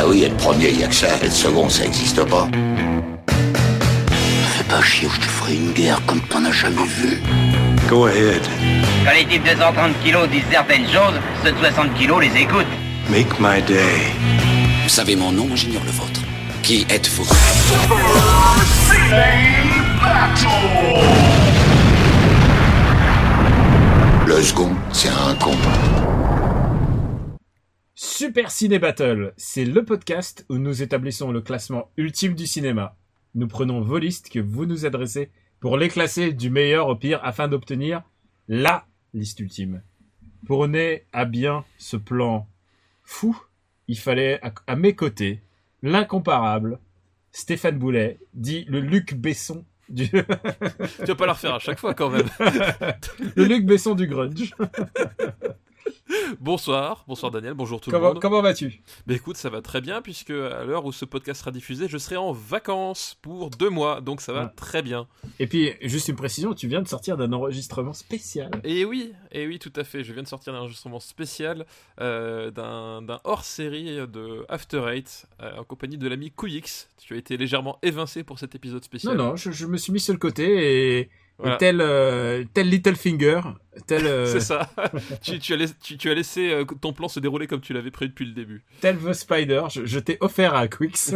oui, être premier, il y a que ça. Être second, ça existe pas. Fais pas chier ou je te ferai une guerre comme t'en as jamais vu. Go ahead. Quand les types de 130 kilos disent certaines choses, ceux de 60 kilos les écoutent. Make my day. Vous savez mon nom, j'ignore le vôtre. Qui êtes-vous? Le second, c'est un con. Super Ciné Battle, c'est le podcast où nous établissons le classement ultime du cinéma. Nous prenons vos listes que vous nous adressez pour les classer du meilleur au pire afin d'obtenir LA liste ultime. Pour mener à bien ce plan fou, il fallait à mes côtés l'incomparable Stéphane Boulet, dit le Luc Besson du... Tu vas pas la refaire à chaque fois quand même. Le Luc Besson du grunge. Bonsoir Daniel, bonjour tout le monde. Comment vas-tu ? Bah écoute, ça va très bien puisque à l'heure où ce podcast sera diffusé, je serai en vacances pour 2 mois, donc ça va très bien. Et puis, juste une précision, tu viens de sortir d'un enregistrement spécial. Et oui, tout à fait, je viens de sortir d'un enregistrement spécial d'un hors-série de After Eight en compagnie de l'ami Couillix. Tu as été légèrement évincé pour cet épisode spécial. Non, je me suis mis sur le côté et... Voilà. Tel Littlefinger, C'est ça. tu as laissé ton plan se dérouler comme tu l'avais prévu depuis le début. Tel The Spider, je t'ai offert à Quix.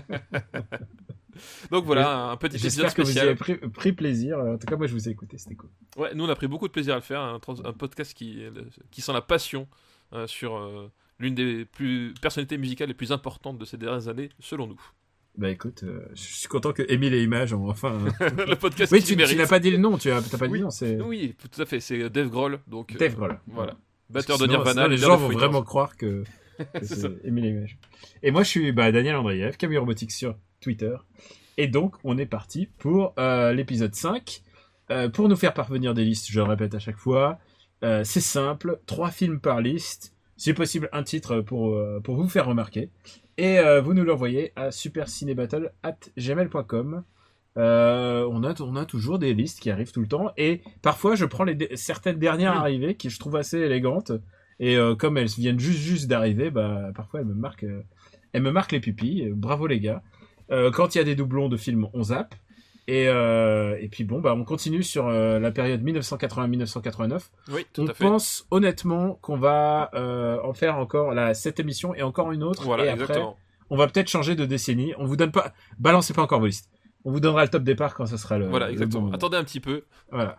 Donc voilà, un petit épisode spécial. J'espère que vous y avez pris plaisir. En tout cas, moi je vous ai écouté, c'était cool. Ouais, nous on a pris beaucoup de plaisir à le faire. Un podcast qui sent la passion sur l'une des personnalités musicales les plus importantes de ces dernières années, selon nous. Bah écoute, je suis content que Émile et Images ont enfin... le podcast oui, qui tu n'as pas dit le nom, t'as pas dit le nom, c'est... Oui, tout à fait, c'est Dave Grohl. Donc, Dave Grohl. Voilà. Batteur de Nirvana. Les gens vont vraiment croire que c'est Émile et Images. Et moi je suis Daniel Andreev, Camille Robotics sur Twitter. Et donc on est parti pour l'épisode 5. Pour nous faire parvenir des listes, je le répète à chaque fois, c'est simple, 3 films par liste, si possible un titre pour vous faire remarquer. Et vous nous l'envoyez à supercinébattle@gmail.com. On a toujours des listes qui arrivent tout le temps. Et parfois, je prends certaines dernières arrivées qui je trouve assez élégantes. Et comme elles viennent juste d'arriver, parfois elles me marquent les pupilles. Bravo les gars. Quand il y a des doublons de films, on zappe. Et puis on continue sur la période 1980-1989. Oui, tout à fait. On pense honnêtement qu'on va en faire encore cette émission et encore une autre. Voilà, et après, exactement. on va peut-être changer de décennie. On vous donne pas, balancez pas encore vos listes. On vous donnera le top départ quand ça sera le. Voilà, exactement. Le bon. Attendez un petit peu. Voilà.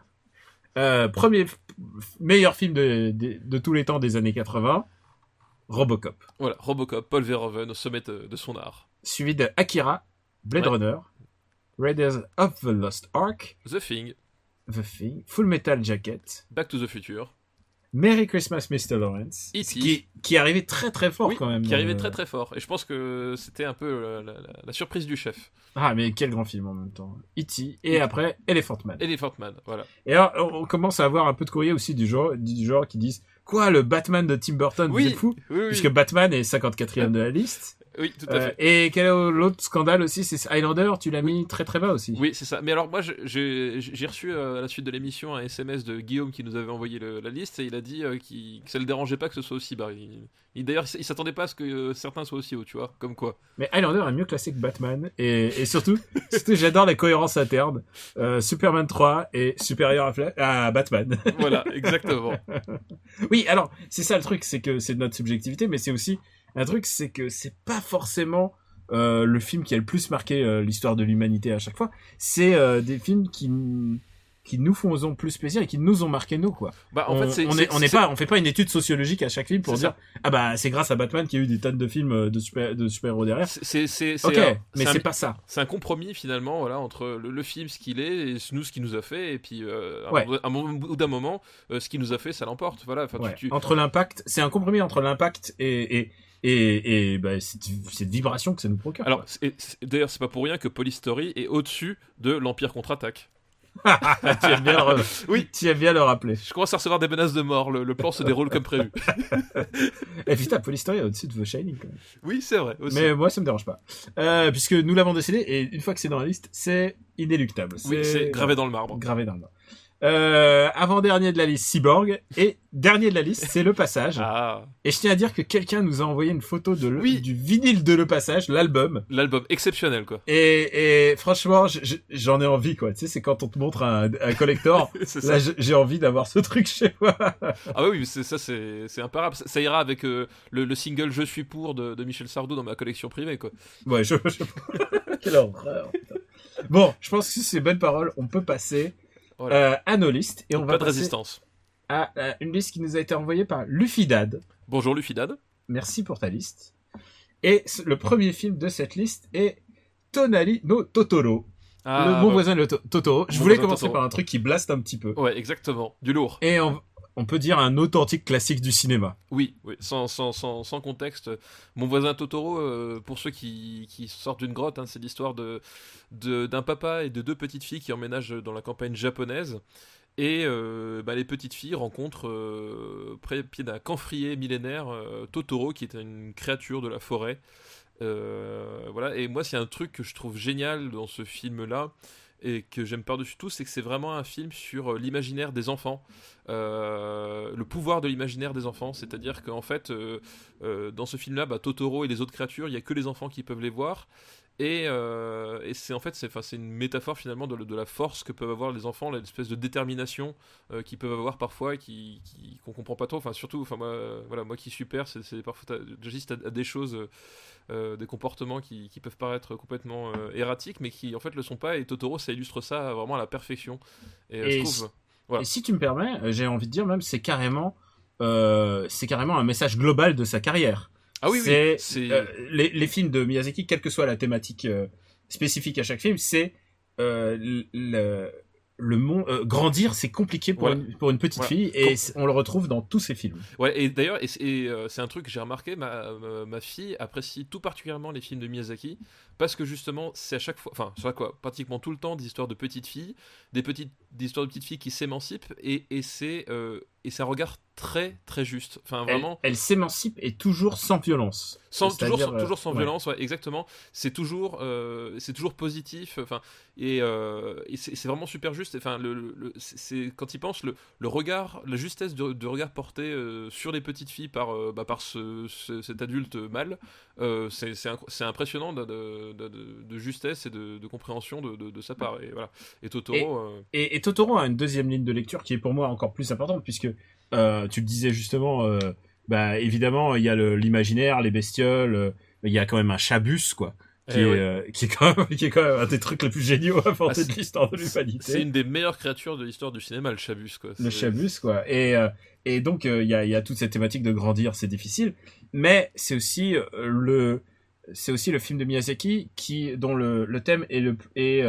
Meilleur film de tous les temps des années 80, Robocop. Voilà, Robocop, Paul Verhoeven au sommet de son art. Suivi de Akira, Blade Runner, Raiders of the Lost Ark, The Thing, Full Metal Jacket, Back to the Future, Merry Christmas Mr. Lawrence, E.T. qui arrivait très très fort quand même. Qui arrivait très très fort. Et je pense que c'était un peu la surprise du chef. Ah mais quel grand film en même temps. E.T. et après Elephant Man. Voilà. Et alors on commence à avoir un peu de courrier aussi du genre qui disent quoi, le Batman de Tim Burton, vous êtes fou, puisque Batman est 54e de la liste. Oui, tout à fait. Et quel est l'autre scandale aussi, c'est Highlander, tu l'as mis très très bas aussi. Oui, c'est ça. Mais alors moi, j'ai reçu à la suite de l'émission un SMS de Guillaume qui nous avait envoyé la liste et il a dit que ça le dérangeait pas que ce soit aussi bas. D'ailleurs, il s'attendait pas à ce que certains soient aussi hauts, tu vois, comme quoi. Mais Highlander est mieux classé que Batman et surtout j'adore la cohérence interne. Superman 3 est supérieur à Batman. Voilà, exactement. Oui, alors c'est ça le truc, c'est que c'est de notre subjectivité, mais c'est aussi un truc, c'est que c'est pas forcément le film qui a le plus marqué l'histoire de l'humanité à chaque fois. C'est des films qui nous font plus plaisir et qui nous ont marqué nous, quoi. En fait, on fait pas une étude sociologique à chaque film pour dire c'est grâce à Batman qu'il y a eu des tonnes de films de super-héros derrière. C'est pas ça. C'est un compromis finalement, voilà, entre le film ce qu'il est et nous ce qu'il nous a fait, et puis à un moment ce qu'il nous a fait ça l'emporte, voilà. Entre l'impact, c'est un compromis entre l'impact et cette vibration que ça nous procure. Alors d'ailleurs c'est pas pour rien que Police Story est au-dessus de l'Empire contre-attaque. Tu aimes bien le rappeler. Je commence à recevoir des menaces de mort. Le plan se déroule comme prévu. Et putain, Police Story est au-dessus de The Shining quand même. Oui, c'est vrai aussi. Mais moi ça me dérange pas, puisque nous l'avons décidé et une fois que c'est dans la liste, c'est inéluctable. C'est gravé dans le marbre. Avant-dernier de la liste, Cyborg. Et dernier de la liste, c'est Le Passage. Ah. Et je tiens à dire que quelqu'un nous a envoyé une photo Oui. du vinyle de Le Passage, l'album. L'album exceptionnel, quoi. Et franchement, j'en ai envie, quoi. Tu sais, c'est quand on te montre un collector. C'est Là, ça. j'ai envie d'avoir ce truc chez moi. Ah oui, c'est imparable. Ça ira avec le single Je suis pour de Michel Sardou dans ma collection privée, quoi. Ouais, quelle horreur. Putain. Bon, je pense que c'est bonne parole. On peut passer Voilà. à nos listes. Et on va Pas de passer résistance. à une liste qui nous a été envoyée par Lufidad. Bonjour Lufidad. Merci pour ta liste. Et le premier film de cette liste est Tonali no Totoro. Mon voisin Totoro. Je voulais commencer par un truc qui blaste un petit peu. Ouais, exactement. Du lourd. Et on peut dire un authentique classique du cinéma. Oui, sans contexte. Mon voisin Totoro, pour ceux qui sortent d'une grotte, hein, c'est l'histoire d'un papa et de deux petites filles qui emménagent dans la campagne japonaise. Et les petites filles rencontrent près d'un camphrier millénaire Totoro, qui est une créature de la forêt. Voilà. Et moi, c'est un truc que je trouve génial dans ce film-là et que j'aime par-dessus tout, c'est que c'est vraiment un film sur l'imaginaire des enfants, le pouvoir de l'imaginaire des enfants. C'est-à-dire qu'en fait, dans ce film-là, Totoro et les autres créatures, il n'y a que les enfants qui peuvent les voir. Et c'est en fait c'est une métaphore finalement de la force que peuvent avoir les enfants, l'espèce de détermination qu'ils peuvent avoir parfois, qu'on comprend pas trop. Enfin surtout, moi qui suis père, c'est parfois juste à des choses, des comportements qui peuvent paraître complètement erratiques, mais qui en fait le sont pas. Et Totoro, ça illustre ça vraiment à la perfection. Et je trouve. Voilà. Et si tu me permets, j'ai envie de dire même, c'est carrément un message global de sa carrière. Ah oui, c'est oui. Les films de Miyazaki, quelle que soit la thématique spécifique à chaque film, c'est le monde. Grandir, c'est compliqué pour une petite fille, et on le retrouve dans tous ses films. Ouais, et d'ailleurs, c'est un truc que j'ai remarqué, ma fille apprécie tout particulièrement les films de Miyazaki, parce que justement, c'est à chaque fois, enfin, sur quoi, pratiquement tout le temps, des histoires de petites filles, des histoires de petites filles qui s'émancipent, et c'est un regard très très juste. Enfin, vraiment. Elle s'émancipe et toujours sans violence. Toujours sans violence, ouais, exactement. C'est toujours positif. Enfin, et c'est vraiment super juste. Enfin, c'est quand il pense le regard, la justesse de regard porté sur les petites filles par cet adulte mâle, c'est impressionnant de justesse et de compréhension de sa part. Et voilà. Et Totoro. Et Totoro a une deuxième ligne de lecture qui est pour moi encore plus importante, puisque tu le disais justement, évidemment il y a l'imaginaire, les bestioles, il y a quand même un chabus, quoi, qui est quand même un des trucs les plus géniaux à porter de l'histoire de l'humanité. C'est une des meilleures créatures de l'histoire du cinéma, le chabus, quoi. Le chabus, quoi. Et donc il y a toute cette thématique de grandir, c'est difficile, mais c'est aussi le film de Miyazaki dont le thème est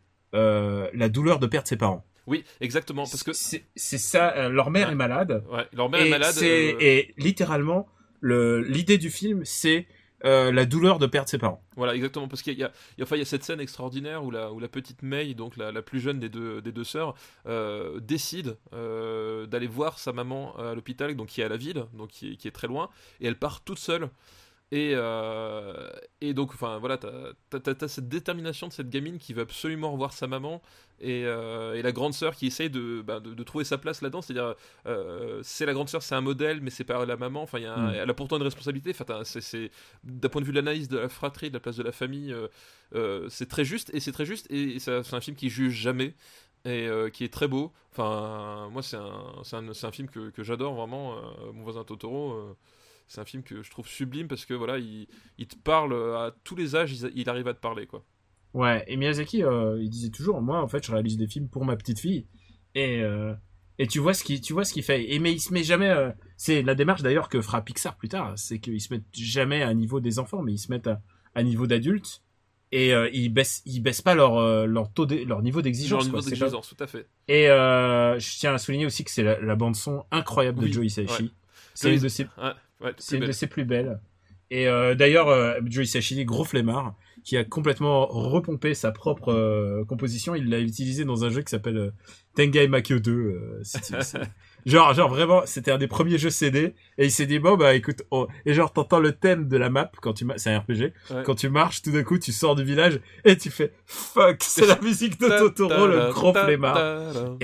la douleur de perdre ses parents. Oui, exactement, parce que c'est ça. Leur mère est malade. Ouais, leur mère est malade. Et littéralement, l'idée du film, c'est la douleur de perdre ses parents. Voilà, exactement, parce qu'il y a cette scène extraordinaire où la petite Mei, donc la plus jeune des deux sœurs, décide d'aller voir sa maman à l'hôpital, donc qui est à la ville, donc qui est très loin, et elle part toute seule. Et donc, enfin voilà, t'as cette détermination de cette gamine qui veut absolument revoir sa maman, et la grande sœur qui essaye de trouver sa place là-dedans. C'est-à-dire, c'est la grande sœur, c'est un modèle, mais c'est pas la maman. Enfin, elle a pourtant une responsabilité. Enfin, c'est d'un point de vue de l'analyse de la fratrie, de la place de la famille, c'est très juste. Et c'est un film qui juge jamais. Et qui est très beau. Enfin, moi, c'est un film que j'adore vraiment. Mon voisin Totoro. C'est un film que je trouve sublime parce que voilà, il te parle à tous les âges, il arrive à te parler, quoi. Ouais, et Miyazaki, il disait toujours, moi en fait, je réalise des films pour ma petite fille, et tu vois ce qu'il fait. Mais il se met jamais. C'est la démarche d'ailleurs que fera Pixar plus tard, c'est qu'ils se mettent jamais à niveau des enfants, mais ils se mettent à niveau d'adultes, et ils baissent pas leur niveau d'exigence. Leur niveau d'exigence, tout à fait. Et je tiens à souligner aussi que c'est la bande son incroyable de Joe Hisaishi. Ouais. C'est une de ses plus belles. Et d'ailleurs, Joe Hisaishi, gros flemmard, qui a complètement repompé sa propre composition. Il l'a utilisé dans un jeu qui s'appelle Tengai Makyo 2. Genre vraiment, c'était un des premiers jeux CD, et il s'est dit, bon, bah, écoute, et genre, t'entends le thème de la map, c'est un RPG, quand tu marches, tout d'un coup, tu sors du village, et tu fais, fuck, c'est la musique de Totoro, le gros flemmard.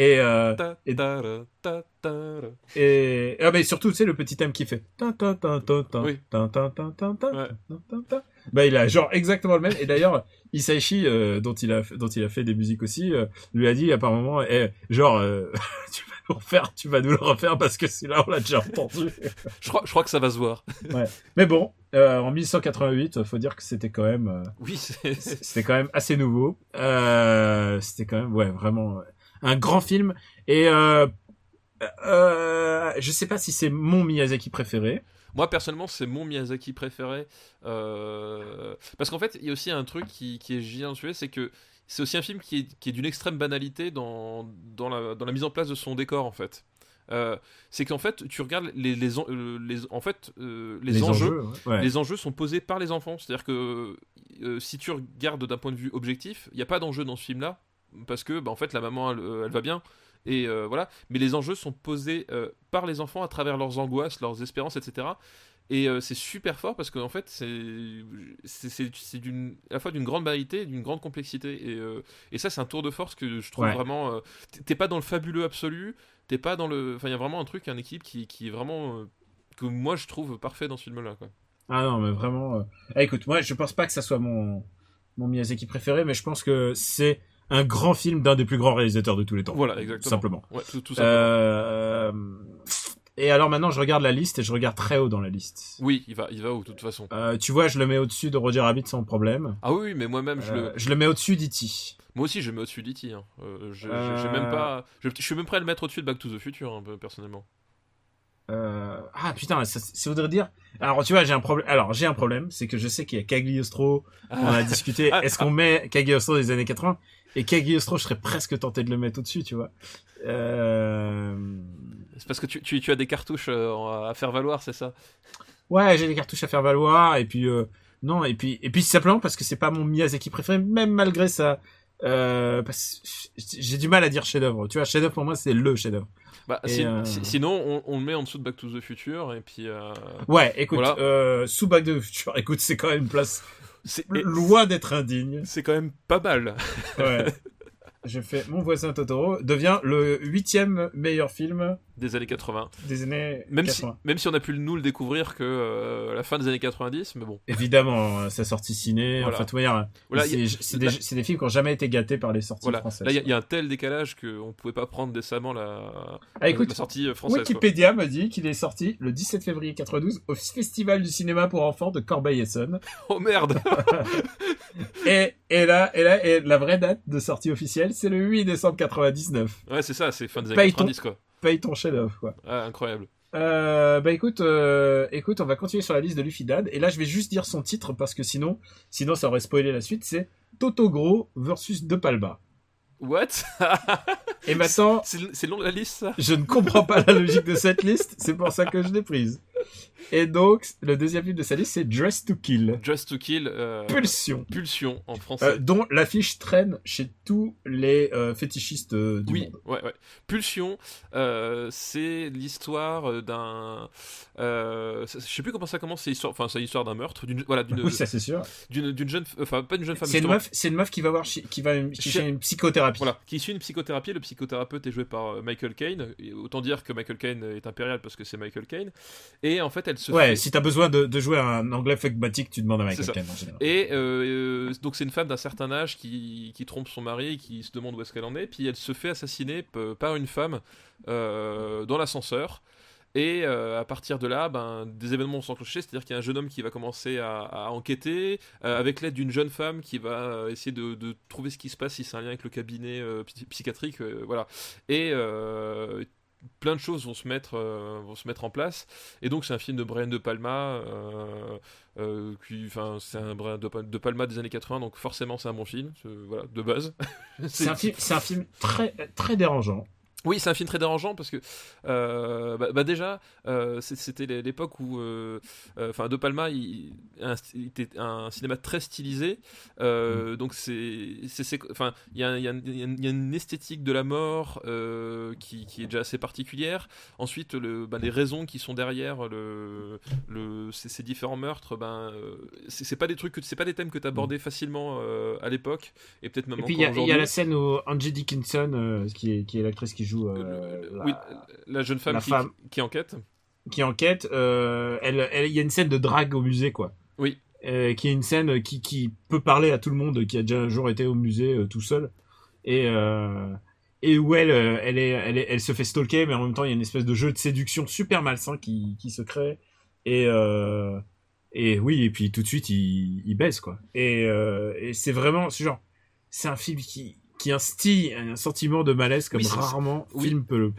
Mais surtout, tu sais, le petit thème qui fait, Oui. bah, il a genre exactement le même, et d'ailleurs, Hisaishi, dont il a fait des musiques aussi, lui a dit, apparemment, genre, tu vas nous le refaire parce que celui-là, on l'a déjà entendu. Je crois que ça va se voir. Ouais. Mais bon, en 1188, faut dire que c'était quand même, Oui, c'était quand même assez nouveau. C'était quand même, ouais, vraiment un grand film. Et je sais pas si c'est mon Miyazaki préféré. Moi, personnellement, c'est mon Miyazaki préféré. Parce qu'en fait, il y a aussi un truc qui est génial, c'est que c'est aussi un film qui est d'une extrême banalité dans la mise en place de son décor, en fait. C'est qu'en fait, tu regardes les enjeux. Ouais. Les enjeux sont posés par les enfants. C'est-à-dire que si tu regardes d'un point de vue objectif, il n'y a pas d'enjeu dans ce film-là. Parce que, en fait, la maman, elle va bien. Et voilà, mais les enjeux sont posés par les enfants à travers leurs angoisses, leurs espérances, etc. Et c'est super fort parce qu'en fait, c'est à la fois d'une grande banalité, d'une grande complexité. Et ça, c'est un tour de force que je trouve vraiment. T'es pas dans le fabuleux absolu, t'es pas dans le. Enfin, il y a vraiment un truc, un équilibre qui est vraiment. Que moi, je trouve parfait dans ce film-là, quoi. Ah non, mais vraiment. Écoute, moi, je pense pas que ça soit mon Miyazaki préféré, mais je pense que c'est un grand film d'un des plus grands réalisateurs de tous les temps. Voilà, exactement. Simplement. Ouais, tout simplement. Et alors maintenant, je regarde la liste et je regarde très haut dans la liste. Oui, il va haut, de toute façon. Tu vois, je le mets au-dessus de Roger Rabbit sans problème. Ah oui, mais moi-même, je le mets au-dessus d'E.T. Moi aussi, je le mets au-dessus d'E.T. Hein. J'ai même pas. Je suis même prêt à le mettre au-dessus de Back to the Future, hein, personnellement. Ah putain, ça voudrait dire. Alors tu vois, j'ai un problème, c'est que je sais qu'il y a Cagliostro. On a discuté. Est-ce qu'on met Cagliostro des années 80? Et Cagliostro, je serais presque tenté de le mettre au-dessus, tu vois. C'est parce que tu as des cartouches à faire valoir, c'est ça? Ouais, j'ai des cartouches à faire valoir, et puis non, et puis simplement parce que c'est pas mon Miyazaki préféré, même malgré ça. Parce que j'ai du mal à dire chef-d'œuvre. Tu vois, chef-d'œuvre pour moi, c'est le chef-d'œuvre. Bah, sinon, on le met en dessous de Back to the Future, et puis. Ouais, écoute, voilà. Sous Back to the Future, écoute, c'est quand même une place loin d'être indigne. C'est quand même pas mal. Ouais. Je fais Mon voisin Totoro devient le 8e meilleur film des années 80. Des années même 80. Même si on a pu nous le découvrir que à la fin des années 90, mais bon. Évidemment, sa sortie ciné, voilà. Enfin, tu vois, c'est des films qui n'ont jamais été gâtés par les sorties françaises. Là, il y a un tel décalage qu'on ne pouvait pas prendre décemment la sortie française. Wikipédia me dit qu'il est sorti le 17 février 92 au Festival du cinéma pour enfants de Corbeil-Essonnes. Oh merde. et la vraie date de sortie officielle, c'est le 8 décembre 99. Ouais, c'est ça, c'est fin des années 90, quoi. Paye ton chef-d'œuvre, quoi. Ah, incroyable. Écoute, on va continuer sur la liste de Luffy Dad. Et là, je vais juste dire son titre parce que sinon, ça aurait spoilé la suite. C'est Totogro versus De Palma. What? Et maintenant, c'est long la liste, ça? Je ne comprends pas la logique de cette liste. C'est pour ça que je l'ai prise. Et donc, le deuxième film de sa liste, c'est Dress to Kill. Dress to Kill. Pulsion en français. Dont l'affiche traîne chez tous les fétichistes du monde. Ouais. Pulsion, c'est l'histoire d'un. Je sais plus comment ça commence. C'est l'histoire d'un meurtre. Oui, ça c'est sûr. D'une jeune, enfin pas une jeune femme. C'est une meuf qui va chercher une psychothérapie. Voilà, qui suit une psychothérapie. Le psychothérapeute est joué par Michael Caine. Autant dire que Michael Caine est impérial parce que c'est Michael Caine. Et en fait, elle se fait... si t'as besoin de jouer un anglais flegmatique, tu demandes à Michael Caine en général. Et donc c'est une femme d'un certain âge qui trompe son mari, qui se demande où est-ce qu'elle en est, puis elle se fait assassiner par une femme dans l'ascenseur. Et à partir de là, des événements vont s'enclencher, c'est-à-dire qu'il y a un jeune homme qui va commencer à enquêter, avec l'aide d'une jeune femme qui va essayer de trouver ce qui se passe, si c'est un lien avec le cabinet psychiatrique, voilà. Et plein de choses vont se mettre en place. Et donc c'est un film de Brian De Palma, c'est un Brian De Palma des années 80, donc forcément c'est un bon film, voilà, de base. C'est un film très, très dérangeant. Oui, c'est un film très dérangeant parce que déjà c'était l'époque où De Palma un cinéma très stylisé. Donc enfin, il y a une esthétique de la mort qui est déjà assez particulière. Ensuite, les raisons qui sont derrière ces différents meurtres, c'est pas des thèmes que t'abordais facilement à l'époque, et peut-être même et puis encore aujourd'hui. Il y a la scène où Angie Dickinson, qui est l'actrice qui joue la jeune femme qui enquête. Qui enquête, il y a une scène de drague au musée, quoi. Oui. Qui est une scène qui peut parler à tout le monde, qui a déjà un jour été au musée tout seul, et où elle se fait stalker, mais en même temps il y a une espèce de jeu de séduction super malsain qui se crée, et oui, et puis tout de suite il baise, quoi. Et c'est vraiment c'est un film qui instille un sentiment de malaise comme rarement film peut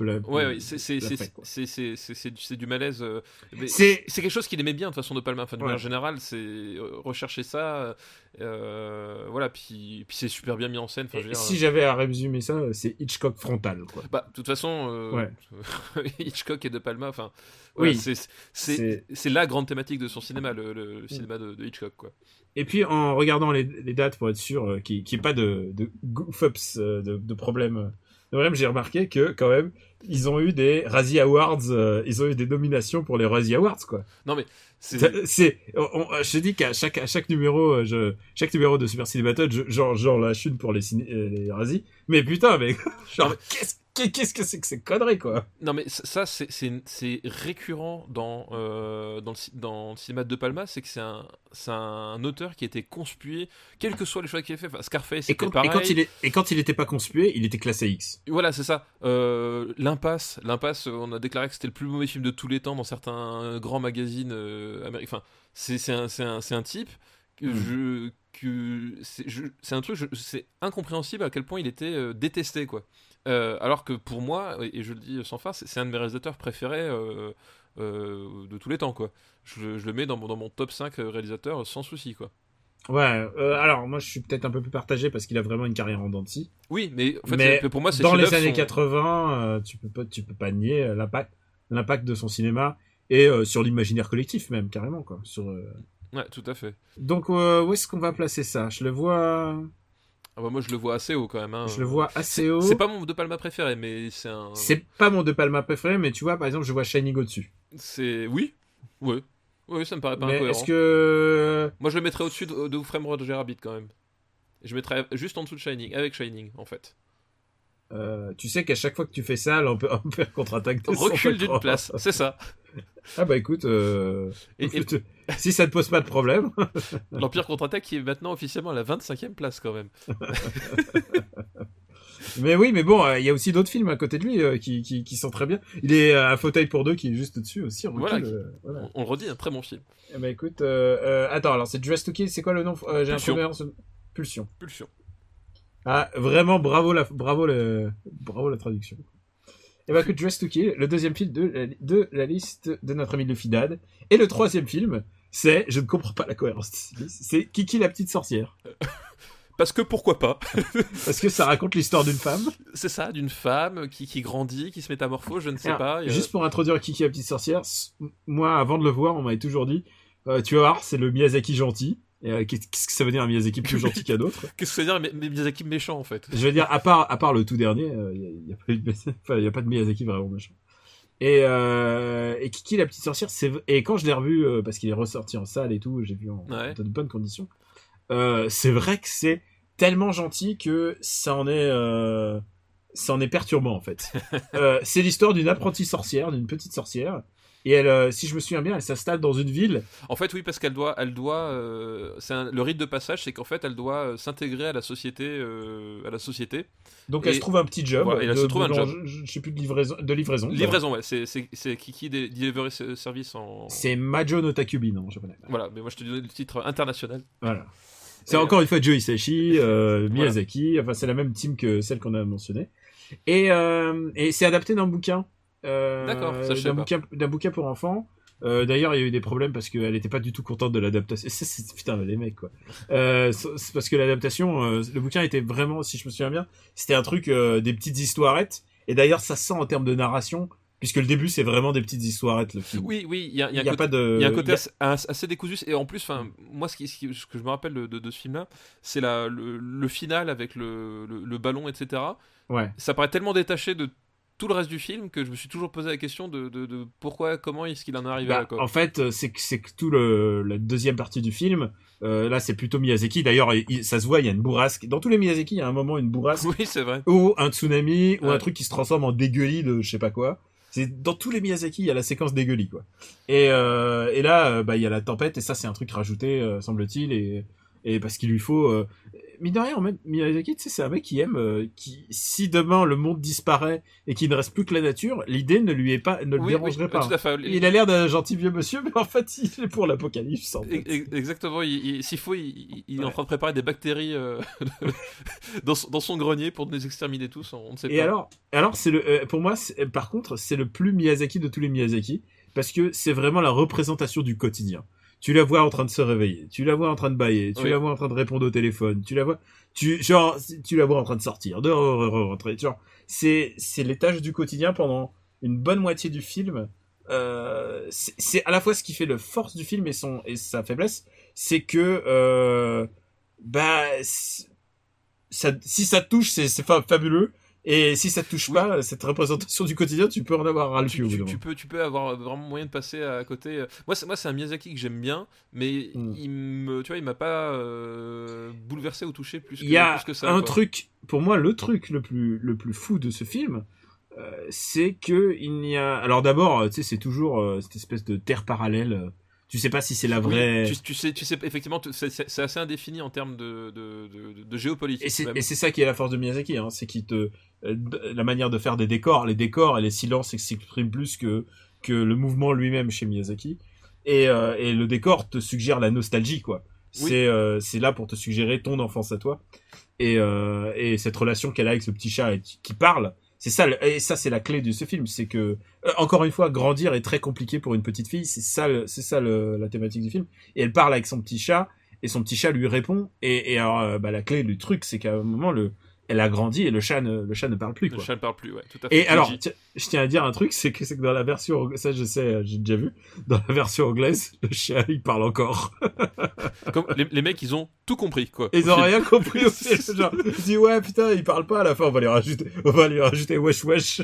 c'est du malaise. C'est quelque chose qu'il aimait bien de toute façon, De Palma. Enfin, de manière générale, c'est rechercher ça. Voilà, puis c'est super bien mis en scène. Si j'avais à résumer ça, c'est Hitchcock frontal, quoi. De toute façon, Hitchcock et De Palma. Enfin, oui, c'est la grande thématique de son cinéma, le cinéma de Hitchcock, quoi. Et puis en regardant les dates pour être sûr qu'il n'y ait pas de goof-ups, de problèmes, j'ai remarqué que quand même ils ont eu des Razzie Awards, ils ont eu des nominations pour les Razzie Awards, quoi. Non mais je dis qu'à chaque numéro de Super Ciné Battle, j'en lâche une pour les Razzie. Mais putain, qu'est-ce que c'est que ces conneries, quoi. Non mais ça c'est récurrent dans le cinéma de Palma, c'est que c'est un auteur qui était conspué, quels que soient les choix qu'il a fait. Enfin, Scarface, c'était pareil. Et quand il était pas conspué, il était classé X. Voilà, c'est ça. L'impasse, on a déclaré que c'était le plus mauvais film de tous les temps dans certains grands magazines américains. Enfin, c'est un type c'est un truc, c'est incompréhensible à quel point il était détesté, quoi. Alors que pour moi, et je le dis sans farce, c'est un de mes réalisateurs préférés de tous les temps, quoi. Je le mets dans mon top 5 réalisateurs sans souci, quoi. Ouais, alors moi je suis peut-être un peu plus partagé parce qu'il a vraiment une carrière en dents de scie. Oui, mais en fait, pour moi, c'est dans les années 80, tu peux pas nier l'impact de son cinéma et sur l'imaginaire collectif même, carrément, quoi. Ouais, tout à fait. Donc où est-ce qu'on va placer ça ? Je le vois... moi je le vois assez haut quand même, hein. Je le vois assez haut. C'est pas mon De Palma préféré, mais c'est pas mon De Palma préféré, mais tu vois, par exemple, je vois Shining au-dessus. Oui, ça me paraît pas incohérent. Est-ce que... Moi je le mettrais au-dessus de Who Framed Roger Rabbit quand même. Je mettrais juste en dessous de Shining, avec Shining en fait. Tu sais qu'à chaque fois que tu fais ça, l'Empire contre-attaque recule d'une place, c'est ça. Ah bah écoute, si ça te pose pas de problème. L'Empire contre-attaque qui est maintenant officiellement à la 25e place quand même. Mais oui, mais bon, il y a aussi d'autres films à côté de lui qui sont très bien. Il est Un fauteuil pour deux qui est juste dessus aussi. Voilà. On le redit, un très bon film. Bah écoute, attends, alors c'est Dressed to Kill, c'est quoi le nom ? J'ai un problème. Pulsion. Ah, vraiment, bravo la traduction. Et bah écoute, Dressed to Kill, le deuxième film de la liste de notre ami Luffy Dad. Et le troisième film, c'est, je ne comprends pas la cohérence, c'est Kiki la petite sorcière. Parce que pourquoi pas. Parce que ça raconte l'histoire d'une femme. C'est ça, d'une femme qui grandit, qui se métamorphose, je ne sais pas. Juste pour introduire Kiki la petite sorcière, moi avant de le voir, on m'avait toujours dit, tu vas voir, c'est le Miyazaki gentil. Qu'est-ce que ça veut dire un Miyazaki plus gentil qu'un autre ? Qu'est-ce que ça veut dire Miyazaki méchant en fait ? Je veux dire, à part le tout dernier, il y a pas de Miyazaki vraiment méchant. Et Kiki la petite sorcière, et quand je l'ai revu parce qu'il est ressorti en salle et tout, j'ai vu en de bonnes conditions. C'est vrai que c'est tellement gentil que ça en est perturbant en fait. C'est l'histoire d'une apprentie sorcière, d'une petite sorcière. Et elle, si je me souviens bien, elle s'installe dans une ville. En fait, oui, parce qu'elle doit, le rite de passage, c'est qu'en fait, elle doit s'intégrer à la société, Donc, elle se trouve un petit job. Ouais, elle se trouve un job. Je sais plus de livraison. Livraison, ouais. C'est Kiki Delivery Service en. C'est Majo no Takubi, non, je connais. Voilà, mais moi, je te donne le titre international. Voilà. C'est encore une fois Joe Hisaishi, Miyazaki. Enfin, c'est la même team que celle qu'on a mentionnée. Et c'est adapté d'un bouquin. D'accord, ça je sais pas. D'un bouquin pour enfants. D'ailleurs, il y a eu des problèmes parce qu'elle était pas du tout contente de l'adaptation. Putain, les mecs, quoi. C'est parce que l'adaptation, le bouquin était vraiment, si je me souviens bien, c'était un truc, des petites histoirettes. Et d'ailleurs, ça sent en termes de narration puisque le début c'est vraiment des petites histoirettes le film. Oui, il y a Il y a pas de. il y a un côté assez décousu, et en plus, enfin, moi, ce que je me rappelle de ce film-là, c'est le final avec le ballon, etc. Ouais. Ça paraît tellement détaché de tout le reste du film que je me suis toujours posé la question de pourquoi, comment est-ce qu'il en est arrivé là, quoi. En fait, c'est que tout la deuxième partie du film, là c'est plutôt Miyazaki. D'ailleurs, ça se voit, il y a une bourrasque. Dans tous les Miyazaki, il y a un moment une bourrasque. Oui, c'est vrai. Ou un tsunami, ou un truc qui se transforme en dégueulis de je sais pas quoi. C'est dans tous les Miyazaki, il y a la séquence dégueulis, quoi. Et là, il y a la tempête, et ça c'est un truc rajouté, semble-t-il, et parce qu'il lui faut. Mine de rien, en même Miyazaki, tu sais, c'est un mec qui aime, si demain le monde disparaît et qu'il ne reste plus que la nature, l'idée ne le dérangerait pas. Tout à fait. Il a l'air d'un gentil vieux monsieur, mais en fait, il est pour l'apocalypse. En fait. Exactement. S'il faut, il est en train de préparer des bactéries dans son grenier pour nous exterminer tous. On ne sait pas. Et alors, c'est pour moi, par contre, c'est le plus Miyazaki de tous les Miyazaki, parce que c'est vraiment la représentation du quotidien. Tu la vois en train de se réveiller, tu la vois en train de bâiller, tu la vois en train de répondre au téléphone, tu la vois en train de sortir, de rentrer, genre, c'est les tâches du quotidien pendant une bonne moitié du film. C'est à la fois ce qui fait le force du film et sa faiblesse, c'est que, si ça touche, c'est fabuleux. Et si ça te touche pas, cette représentation du quotidien, tu peux en avoir ras le cul. Tu peux avoir vraiment moyen de passer à côté. Moi, c'est un Miyazaki que j'aime bien, mais il m'a pas bouleversé ou touché plus que ça. Il y a un truc, pour moi, le truc le plus fou de ce film, c'est que il y a. Alors d'abord, tu sais, c'est toujours cette espèce de terre parallèle. Tu sais pas si c'est la vraie. Oui, tu sais effectivement, c'est assez indéfini en termes de géopolitique. Et c'est ça qui est la force de Miyazaki, hein, c'est la manière de faire des décors, les décors et les silences s'expriment plus que le mouvement lui-même chez Miyazaki. Et le décor te suggère la nostalgie, quoi. Oui. C'est là pour te suggérer ton enfance à toi. Et cette relation qu'elle a avec ce petit chat qui parle. C'est ça, et ça c'est la clé de ce film, c'est que encore une fois, grandir est très compliqué pour une petite fille, c'est ça la thématique du film. Et elle parle avec son petit chat, et son petit chat lui répond. Et alors, la clé du truc, c'est qu'à un moment elle a grandi et le chat ne parle plus, quoi. Le chat ne parle plus, ouais, tout à fait. Et alors, je tiens à dire un truc, c'est que dans la version, ça je sais, j'ai déjà vu, dans la version anglaise, le chat il parle encore. Comme les mecs, ils ont tout compris, quoi. Ils ont rien compris au film. Genre, je dis ouais, putain, il parle pas à la fin, on va lui rajouter wesh wesh.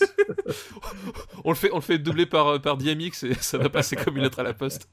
on le fait doubler par DMX et ça va passer comme une lettre à la poste.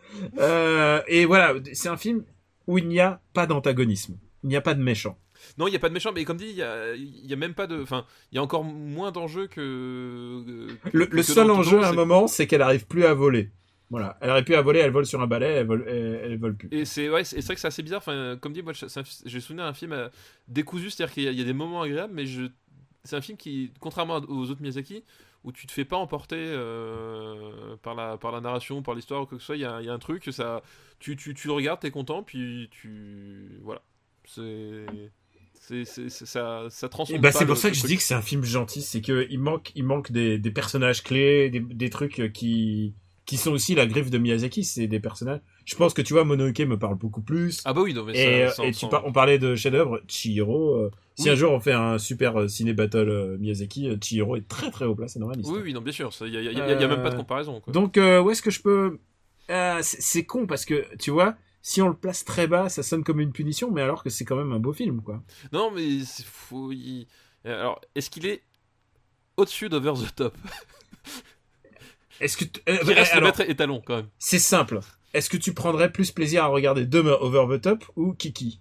Et voilà, c'est un film où il n'y a pas d'antagonisme, il n'y a pas de méchant. Non, il n'y a pas de méchant, mais comme dit, il y a même pas de. Enfin, il y a encore moins d'enjeux que. Le seul enjeu à un moment, c'est qu'elle arrive plus à voler. Voilà, elle arrive plus à voler, elle vole sur un balai, elle vole plus. Et c'est vrai que c'est assez bizarre. Enfin, comme dit, moi, j'ai souvenir d'un film décousu, c'est-à-dire qu'il y a des moments agréables, mais c'est un film qui, contrairement aux autres Miyazaki, où tu te fais pas emporter par la narration, par l'histoire ou quoi que ce soit. Il y a un truc, ça, tu le regardes, t'es content, puis voilà. Ça transforme. C'est pour ça que je dis que c'est un film gentil, c'est que il manque des personnages clés, des trucs qui sont aussi la griffe de Miyazaki, c'est des personnages. Je pense que tu vois, Mononoke me parle beaucoup plus. Ah bah oui, non mais on parlait de chef-d'œuvre, Chihiro. Si un jour on fait un super ciné battle Miyazaki, Chihiro est très très haut placé dans la liste. Oui, non, bien sûr, il y a même pas de comparaison, quoi. Donc où est-ce que je peux c'est con parce que tu vois. Si on le place très bas, ça sonne comme une punition, mais alors que c'est quand même un beau film, quoi. Non, mais alors, est-ce qu'il est au-dessus d'Over the Top? Est-ce que qui reste le maître étalon, quand même. C'est simple. Est-ce que tu prendrais plus plaisir à regarder demain Over the Top ou Kiki?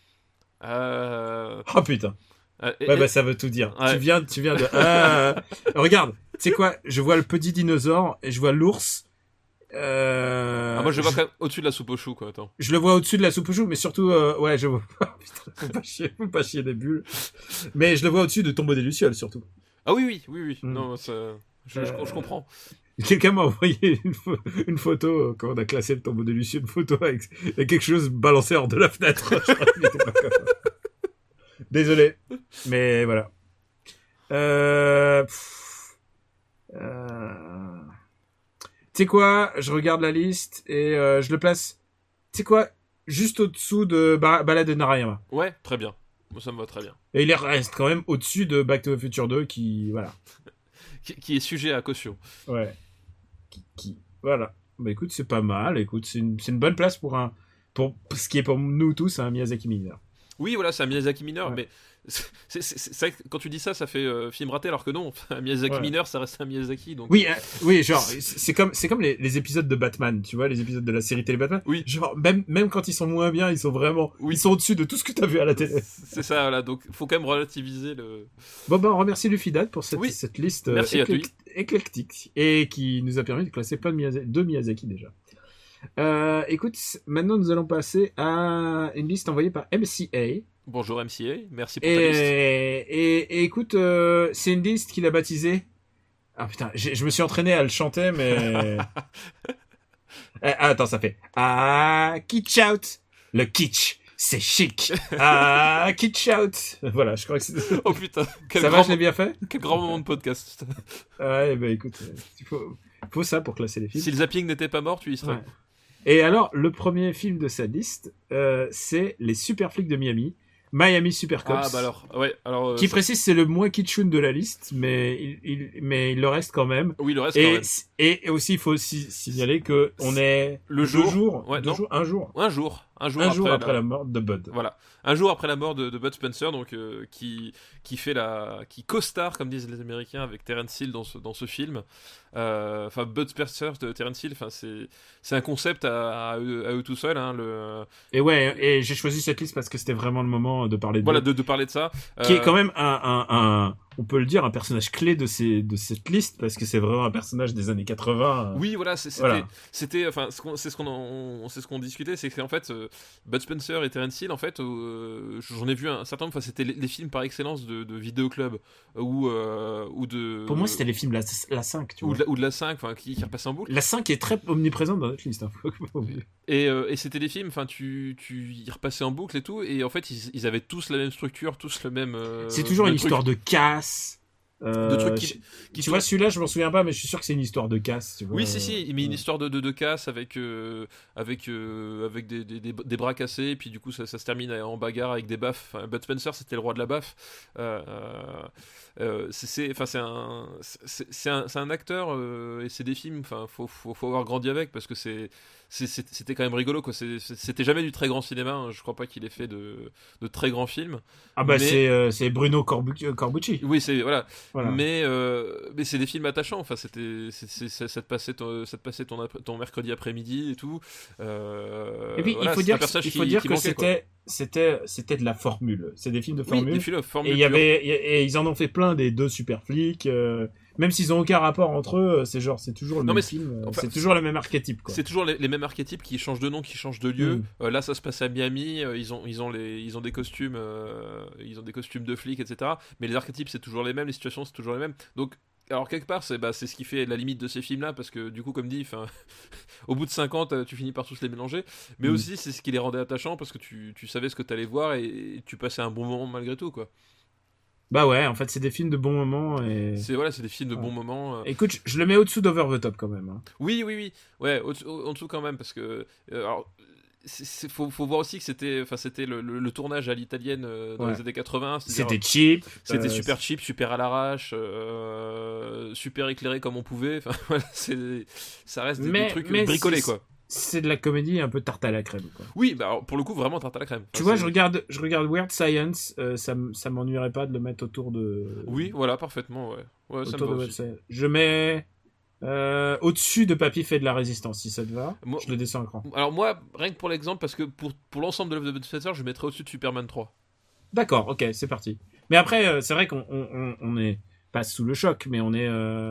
Oh putain. Ça veut tout dire. Ouais. Tu viens de. Regarde, tu sais quoi? Je vois le petit dinosaure et je vois l'ours. Moi je le vois quand même au-dessus de la soupe aux choux, quoi. Attends. Je le vois au-dessus de la soupe aux choux, mais surtout je vois. Putain, faut pas chier des bulles. Mais je le vois au-dessus de Tombeau des lucioles, surtout. Ah oui. Non, ça, je comprends. Quelqu'un m'a envoyé une photo quand on a classé le Tombeau des lucioles, une photo avec quelque chose balancé hors de la fenêtre. Désolé, mais voilà. Tu sais quoi, je regarde la liste et je le place, tu sais quoi, juste au-dessous de Balade de Narayama. Ouais, très bien. Moi, ça me va très bien. Et il reste quand même au-dessus de Back to the Future 2 qui, voilà. qui est sujet à caution. Ouais. Voilà. Bah écoute, c'est pas mal. Écoute, c'est une bonne place pour ce qui est pour nous tous un Miyazaki mineur. Oui, voilà, c'est un Miyazaki mineur, Ouais. mais c'est vrai que quand tu dis ça, ça fait film raté, alors que non, un Miyazaki Ouais. mineur, ça reste un Miyazaki. Donc... Oui, genre, c'est comme les épisodes de Batman, tu vois, les épisodes de la série télé Batman. Oui. Genre, même quand ils sont moins bien, ils sont vraiment, Oui. ils sont au-dessus de tout ce que t'as vu à la télé. C'est ça, voilà, donc faut quand même relativiser le... Bon, on remercie Lufidad pour cette Oui. liste Merci à lui. éclectique et qui nous a permis de classer plein de Miyazaki déjà. Écoute, maintenant nous allons passer à une liste envoyée par MCA. Bonjour MCA, merci pour ta liste. Et écoute, c'est une liste qu'il a baptisée. Ah putain, je me suis entraîné à le chanter, mais. Attends, ça fait. Ah, kitsch out. Le kitsch, c'est chic. Ah, kitsch out. Voilà, je crois que c'est. Oh putain, Ça va, je l'ai bien fait? quel grand moment de podcast. Ouais, bah écoute, il faut ça pour classer les films. Si le zapping n'était pas mort, tu y serais. Ouais. Et alors, le premier film de cette liste, c'est Les Super Flics de Miami. Miami Super Cops. Ah bah alors, ouais, alors... Qui précise c'est le moins kitschoun de la liste, mais il le reste quand même. Oui, le reste quand même. Et aussi, il faut aussi signaler que on est Le jour. un jour Un jour après la mort de Bud. Voilà, un jour après la mort de Bud Spencer, donc qui co-star, comme disent les Américains, avec Terence Hill dans ce film. Enfin, Bud Spencer de Terence Hill, enfin c'est un concept à eux tout seuls. Hein, Et ouais, et j'ai choisi cette liste parce que c'était vraiment le moment de parler de voilà, Bud, de parler de ça. qui est quand même on peut le dire, un personnage clé de cette liste parce que c'est vraiment un personnage des années 80. Oui, voilà, Voilà. c'était, enfin, c'est ce qu'on discutait, c'est qu'en fait, Bud Spencer et Terence Hill, en fait, j'en ai vu un certain nombre. Enfin, c'était les films par excellence de vidéoclub ou de. Pour moi, c'était les films la 5, tu vois. ou de la 5, enfin, qui repassaient en boucle. La 5 est très omniprésente dans notre liste. Hein. Et c'était des films, enfin, tu y repassais en boucle et tout, et en fait, ils avaient tous la même structure, tous le même. C'est toujours une truc. histoire de casse. De trucs qui Tu vois, celui-là, je m'en souviens pas, mais je suis sûr que c'est une histoire de casse. Tu vois. Oui, si, mais une histoire de casse avec des bras cassés, et puis du coup ça se termine en bagarre avec des baffes. Enfin, Bud Spencer, c'était le roi de la baffe. C'est un acteur, et c'est des films. Enfin, faut avoir grandi avec, parce que c'était quand même rigolo, quoi. C'était jamais du très grand cinéma. Hein. Je crois pas qu'il ait fait de très grands films. Ah bah mais... c'est Bruno Corbucci. Oui, c'est voilà. Voilà. Mais c'est des films attachants. Enfin, ça te passait ton mercredi après-midi et tout. Et puis voilà, il faut dire que manquait, c'était de la formule. C'est des films de formule. Oui, des films de formule. Et ils en ont fait plein des deux super flics. Même s'ils ont aucun rapport entre eux, c'est toujours le même film. enfin, c'est toujours le même archétype, quoi. C'est toujours les mêmes archétypes qui changent de nom, qui changent de lieu. Là, ça se passe à Miami. Ils ont des costumes, de flics, etc. Mais les archétypes, c'est toujours les mêmes. Les situations, c'est toujours les mêmes. Donc, alors quelque part, c'est ce qui fait la limite de ces films-là, parce que du coup, comme dit, au bout de 50, tu finis par tous les mélanger. Mais aussi, c'est ce qui les rendait attachants, parce que tu savais ce que t'allais voir, et tu passais un bon moment malgré tout, quoi. Bah ouais, en fait, c'est des films de bons moments. Et... C'est des films de bons moments. Écoute, je le mets au-dessous d'Over the Top quand même. Hein. Oui. Ouais, en dessous quand même, parce que... alors, faut voir aussi que c'était le tournage à l'italienne dans les années 80. C'était cheap. C'était super cheap, super à l'arrache, super éclairé comme on pouvait. Enfin, voilà, ça reste des trucs bricolés, quoi. C'est de la comédie un peu tarte à la crème, quoi. Oui, bah alors, pour le coup, vraiment tarte à la crème. Enfin, tu vois, je regarde Weird Science, ça m'ennuierait pas de le mettre autour de... Oui, voilà, parfaitement, ouais. Autour de Weird Science. Je mets au-dessus de Papy fait de la résistance, si ça te va. Moi, je le descends un cran. Alors moi, rien que pour l'exemple, parce que pour l'ensemble de l'œuvre de Bud Spencer, je mettrais au-dessus de Superman 3. D'accord, ok, c'est parti. Mais après, c'est vrai qu'on est pas sous le choc, mais on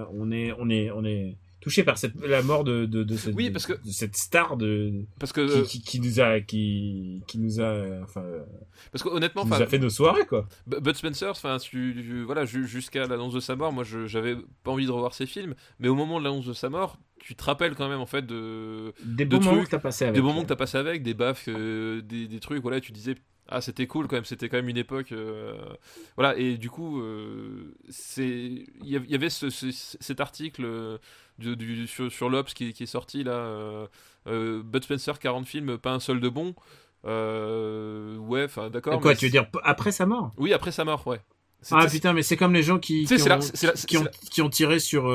est touché par la mort de cette star qui nous a parce que honnêtement, nous a fait nos soirées, quoi. Bud Spencer, voilà, jusqu'à l'annonce de sa mort, moi j'avais pas envie de revoir ses films, mais au moment de l'annonce de sa mort, tu te rappelles quand même en fait des bons moments que t'as passé avec, des moments que t'as passé avec, des baffes, des trucs, voilà, tu disais c'était cool quand même, c'était quand même une époque, voilà, et du coup il y avait cet article sur l'Obs qui est sorti là, Bud Spencer 40 films, pas un seul de bon. Ouais, enfin d'accord. Quoi, tu veux dire après sa mort? Oui, après sa mort, ouais. Ah putain, mais c'est comme les gens qui ont tiré sur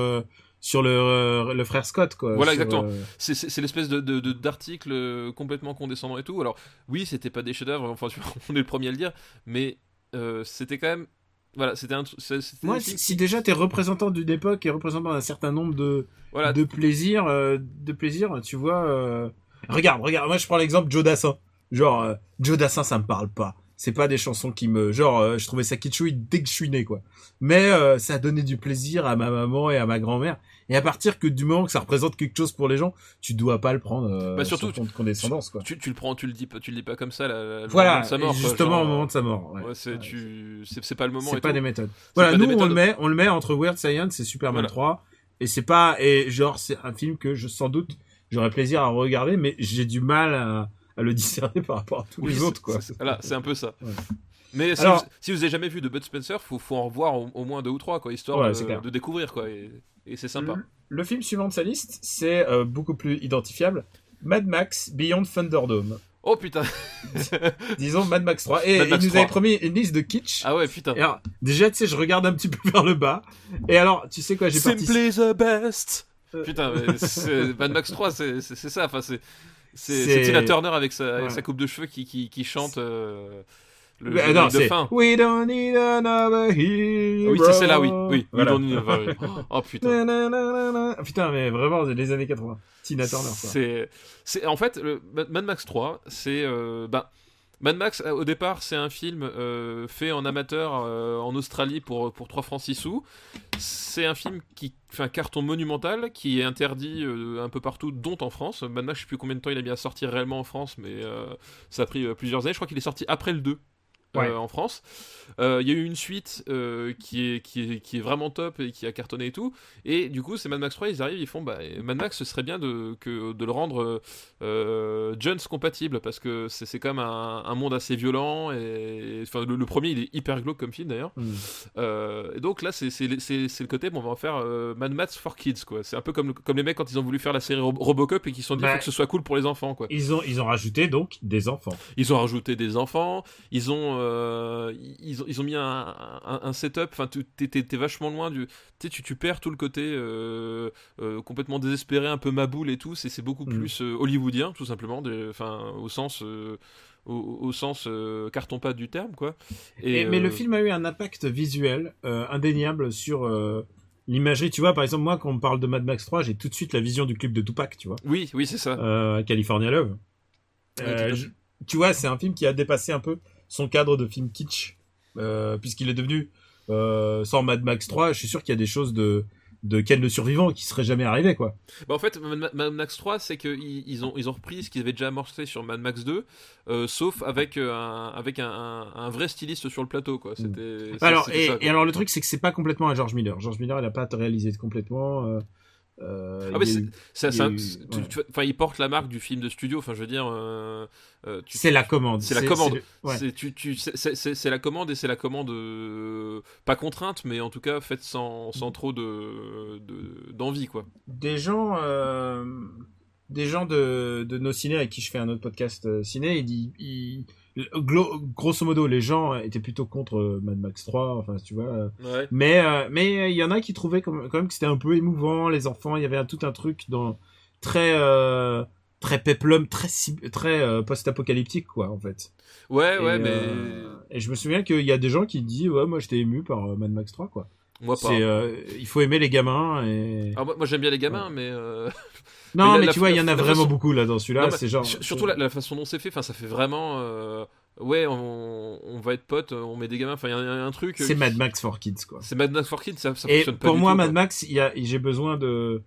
le frère Scott, quoi. Voilà, sur, exactement. C'est l'espèce d'article complètement condescendant et tout. Alors, oui, c'était pas des chefs-d'œuvre, enfin, on est le premier à le dire, mais c'était quand même. Voilà, c'était moi, si déjà t'es représentant d'une époque et représentant d'un certain nombre de plaisirs, tu vois. Regarde, moi je prends l'exemple Joe Dassin. Genre, Joe Dassin, ça me parle pas. C'est pas des chansons qui me... Genre, je trouvais ça kitschouille dès que je suis né, quoi. Mais ça a donné du plaisir à ma maman et à ma grand-mère. Et à partir que du moment que ça représente quelque chose pour les gens, tu dois pas le prendre surtout sans condescendance, quoi. Tu le prends, tu le dis pas comme ça, le voilà, moment de sa mort. Justement, quoi, genre, au moment de sa mort. Ouais. C'est pas le moment. C'est pas tout. des méthodes. Voilà, nous, on le met entre Weird Science et Superman 3. Et c'est genre, c'est un film que sans doute, j'aurais plaisir à regarder, mais j'ai du mal à le discerner par rapport à tous les autres, quoi. Voilà, c'est un peu ça. Ouais. Mais si vous avez jamais vu de Bud Spencer, faut en revoir au moins 2 ou 3, quoi, histoire de découvrir, quoi, et c'est sympa. Le film suivant de sa liste, c'est beaucoup plus identifiable, Mad Max Beyond Thunderdome. Oh putain. Disons Mad Max 3. Et il nous avait promis une liste de kitsch. Ah ouais, putain. Et alors, déjà, tu sais, je regarde un petit peu vers le bas. Et alors, tu sais quoi, j'ai participé... Simply the best. Putain, mais Mad Max 3, c'est ça, enfin, c'est Tina Turner avec sa coupe de cheveux qui chante le de fin. We don't need another hero. Oui, c'est celle-là, oui. Voilà. We don't need another hero. Oh putain. Putain, mais vraiment, les années 80. Tina Turner, quoi. C'est en fait, Mad Max 3, c'est... Mad Max, au départ, c'est un film fait en amateur en Australie pour 3 francs 6 sous. C'est un film qui fait un carton monumental, qui est interdit un peu partout, dont en France. Mad Max, je sais plus combien de temps il a mis à sortir réellement en France, mais ça a pris plusieurs années. Je crois qu'il est sorti après le 2. En France. Il y a eu une suite qui est vraiment top et qui a cartonné et tout. Et du coup, c'est Mad Max 3, ils arrivent, ils font Mad Max, ce serait bien de le rendre Jones compatible parce que c'est quand même un monde assez violent. Et enfin, le premier, il est hyper glauque comme film d'ailleurs. Et donc là, c'est le côté, on va en faire Mad Max for Kids, quoi. C'est un peu comme les mecs quand ils ont voulu faire la série Robocop et qu'ils se sont dit faut que ce soit cool pour les enfants, quoi. Ils ont rajouté donc des enfants. Ils ont rajouté des enfants. Ils ont mis un setup, enfin t'es vachement loin du, tu perds tout le côté complètement désespéré, un peu maboule et tout, c'est beaucoup plus hollywoodien tout simplement, au sens carton-pâte du terme, quoi. Mais le film a eu un impact visuel indéniable sur l'imagerie, tu vois. Par exemple, moi quand on parle de Mad Max 3, j'ai tout de suite la vision du clip de Tupac, tu vois. Oui c'est ça. California Love. Tu vois, c'est un film qui a dépassé un peu son cadre de film kitsch, puisqu'il est devenu sans Mad Max 3, je suis sûr qu'il y a des choses de Ken le survivant qui seraient jamais arrivées, quoi. En fait, Mad Max 3, c'est qu'ils ont repris ce qu'ils avaient déjà amorcé sur Mad Max 2, sauf avec un vrai styliste sur le plateau, quoi. Alors le truc, c'est que c'est pas complètement un George Miller. George Miller, il a pas réalisé complètement. Il porte la marque du film de studio. Enfin, je veux dire, c'est la commande. C'est la commande. C'est la commande, et c'est la commande pas contrainte, mais en tout cas faite sans trop d'envie, quoi. Des gens de nos ciné avec qui je fais un autre podcast ciné, grosso modo, les gens étaient plutôt contre Mad Max 3, enfin, tu vois. Ouais. Mais il y en a qui trouvaient quand même que c'était un peu émouvant, les enfants, il y avait tout un truc très peplum, très post-apocalyptique, quoi, en fait. Et je me souviens qu'il y a des gens qui disent, ouais, moi j'étais ému par Mad Max 3, quoi. Moi pas. Il faut aimer les gamins et... Alors, moi j'aime bien les gamins, mais... Non, mais tu vois, il y en a vraiment beaucoup là dans celui-là. C'est genre... Surtout la façon dont c'est fait, ça fait vraiment... on va être potes, on met des gamins, enfin il y a un truc... C'est Mad Max for Kids, quoi. C'est Mad Max for Kids, ça et fonctionne pas pour du moi, tout, Mad Max, j'ai besoin de...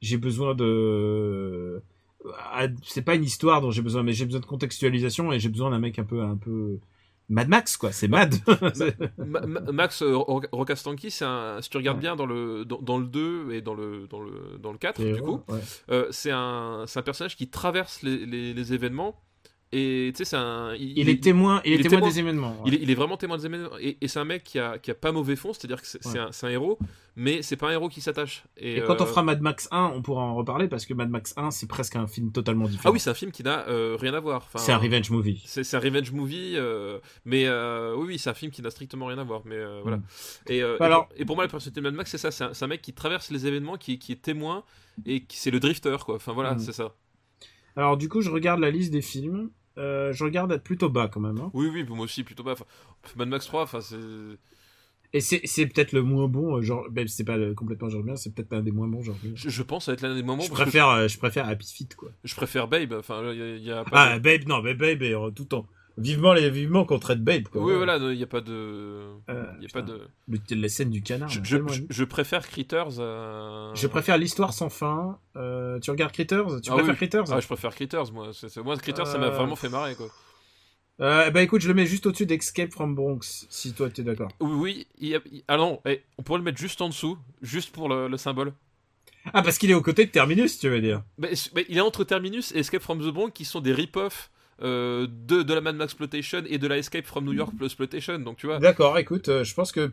C'est pas une histoire dont j'ai besoin, mais j'ai besoin de contextualisation et j'ai besoin d'un mec un peu Mad Max, quoi. C'est Mad. Max Rokastanki, si tu regardes bien dans le 2 et dans le 4, du coup, c'est un personnage qui traverse les événements Et tu sais, il est témoin des événements. Ouais. Il est vraiment témoin des événements. Et c'est un mec qui a pas mauvais fond, c'est-à-dire que c'est un héros, mais c'est pas un héros qui s'attache. Et quand on fera Mad Max 1, on pourra en reparler parce que Mad Max 1, c'est presque un film totalement différent. Ah oui, c'est un film qui n'a rien à voir. Enfin, c'est un revenge movie. C'est un revenge movie, mais oui, c'est un film qui n'a strictement rien à voir. Mais voilà. Et pour moi, la personnalité de Mad Max, c'est ça. C'est un mec qui traverse les événements, qui est témoin, et c'est le drifter, quoi. Enfin voilà, c'est ça. Alors du coup, je regarde la liste des films. Je regarde plutôt bas quand même. Hein. Oui, moi aussi plutôt bas. Enfin, Mad Max 3, enfin c'est. Et c'est peut-être le moins bon, genre, même si c'est pas complètement genre bien, c'est peut-être un des moins bons, genre. Je pense être l'un des moins bons. Je préfère Happy Feet, quoi. Je préfère Babe. Enfin, il y a pas. Babe, non, mais Babe est tout le temps. Vivement qu'on traite Babe, quoi. Oui, voilà, il y a pas de. Il y a pas de. La scène du canard. Je préfère Critters. Je préfère l'histoire sans fin. Tu regardes Critters? Tu préfères Critters? Ah, je préfère Critters, moi. Moi, Critters, ça m'a vraiment fait marrer, quoi. Écoute, je le mets juste au-dessus d'Escape from Bronx, si toi t'es d'accord. Oui, ah non, on pourrait le mettre juste en dessous, juste pour le symbole. Ah, parce qu'il est aux côtés de Terminus, tu veux dire. Mais il est entre Terminus et Escape from the Bronx, qui sont des rip-off de la Mad Max Exploitation et de la Escape from New York Exploitation, donc tu vois. D'accord, écoute, je pense que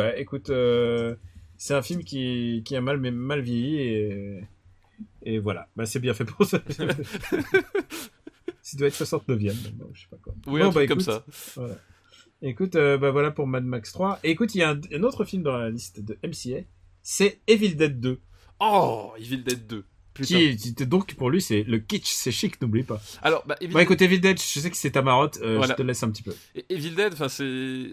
c'est un film qui a mal vieilli et voilà, c'est bien fait pour ça. Ça doit être 69e, je sais pas quoi. Oui, un truc comme ça. Voilà. Écoute, voilà pour Mad Max 3. Et écoute, il y a un autre film dans la liste de MCA, c'est Evil Dead 2. Oh, Evil Dead 2. Donc pour lui c'est le kitsch, c'est chic, n'oublie pas. Alors écoute, Evil Dead, je sais que c'est ta marotte, voilà. Je te laisse un petit peu. Evil Dead, enfin c'est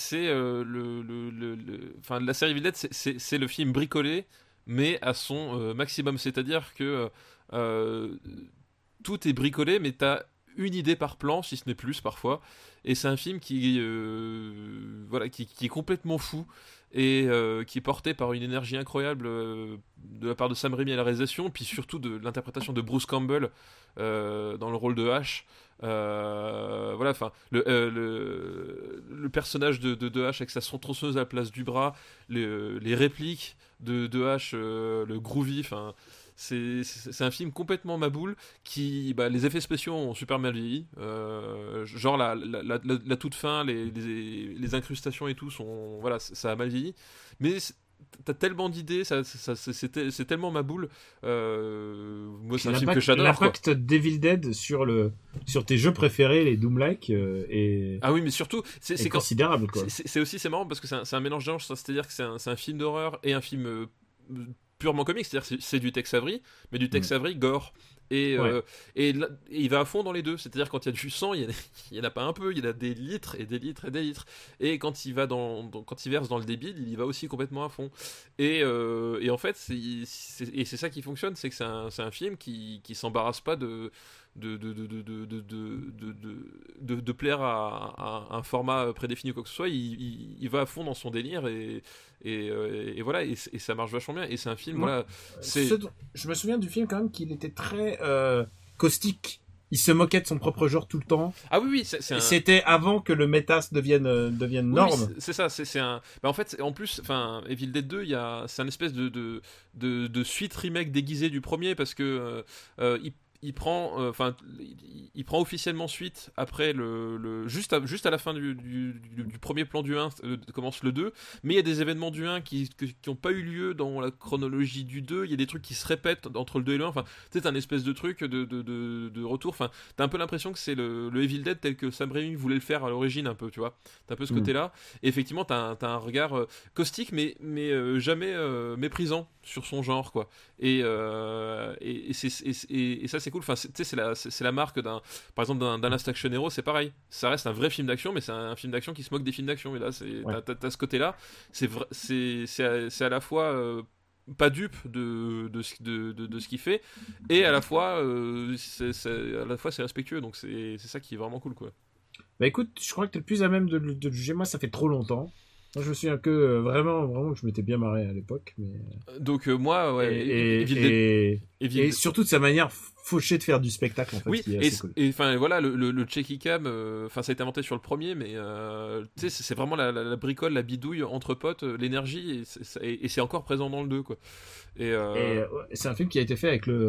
enfin la série Evil Dead, c'est le film bricolé, mais à son maximum, c'est-à-dire que tout est bricolé, mais t'as une idée par plan, si ce n'est plus parfois. Et c'est un film qui est complètement fou et qui est porté par une énergie incroyable de la part de Sam Raimi à la réalisation, puis surtout de l'interprétation de Bruce Campbell dans le rôle de Ash. Voilà, enfin le personnage de Ash avec sa tronçonneuse à la place du bras, les répliques de Ash, le groovy, enfin. C'est un film complètement maboule qui, les effets spéciaux ont super mal vieilli, genre la toute fin, les incrustations et tout sont, voilà, ça a mal vieilli, mais t'as tellement d'idées, c'est tellement maboule. Moi c'est un film que j'adore. L'impact d'Evil Dead sur tes jeux préférés, les Doom-like, ah oui, mais surtout c'est considérable, quoi. C'est marrant parce que c'est un mélange d'anges, c'est-à-dire que c'est un film d'horreur et un film purement comique, c'est-à-dire que c'est du Tex Avery, mais du Tex Avery gore. Et il va à fond dans les deux, c'est-à-dire quand il y a du sang, il y en a pas un peu, il y en a des litres et des litres et des litres. Et quand il va quand il verse dans le débile, il y va aussi complètement à fond. Et en fait, c'est ça qui fonctionne, c'est que c'est un film qui s'embarrasse pas de plaire à un format prédéfini ou quoi que ce soit. Il va à fond dans son délire et voilà, et ça marche vachement bien. Et c'est un film, voilà. Je me souviens du film quand même qu'il était très caustique. Il se moquait de son propre genre tout le temps. Ah oui, c'était avant que le métas devienne norme. Oui, c'est ça. En fait, en plus, enfin, Evil Dead 2, c'est un espèce de suite remake déguisé du premier parce que il prend officiellement suite après juste à la fin du premier plan du 1 commence le 2, mais il y a des événements du 1 qui ont pas eu lieu dans la chronologie du 2, il y a des trucs qui se répètent entre le 2 et le 1, enfin tu sais, t'as un espèce de truc de retour, enfin t'as un peu l'impression que c'est le Evil Dead tel que Sam Raimi voulait le faire à l'origine un peu, tu vois, t'as un peu ce côté là, et effectivement t'as un regard caustique mais jamais méprisant sur son genre, quoi, et ça c'est cool. Enfin, tu sais, c'est la marque par exemple d'un Last Action Hero, c'est pareil, ça reste un vrai film d'action, mais c'est un film d'action qui se moque des films d'action, et là t'as ce côté là, c'est à la fois pas dupe de ce qu'il fait, et à la fois c'est respectueux, donc c'est ça qui est vraiment cool, quoi. Écoute, je crois que t'es le plus à même de le juger. Moi, ça fait trop longtemps. Moi, je me souviens que vraiment que je m'étais bien marré à l'époque, mais donc moi, ouais, et surtout de sa manière fauchée de faire du spectacle, en fait. Oui, et enfin voilà, le checky cam, enfin ça a été inventé sur le premier, mais tu sais, c'est vraiment la bricole, la bidouille entre potes, l'énergie, et c'est encore présent dans le 2, quoi. Et c'est un film qui a été fait avec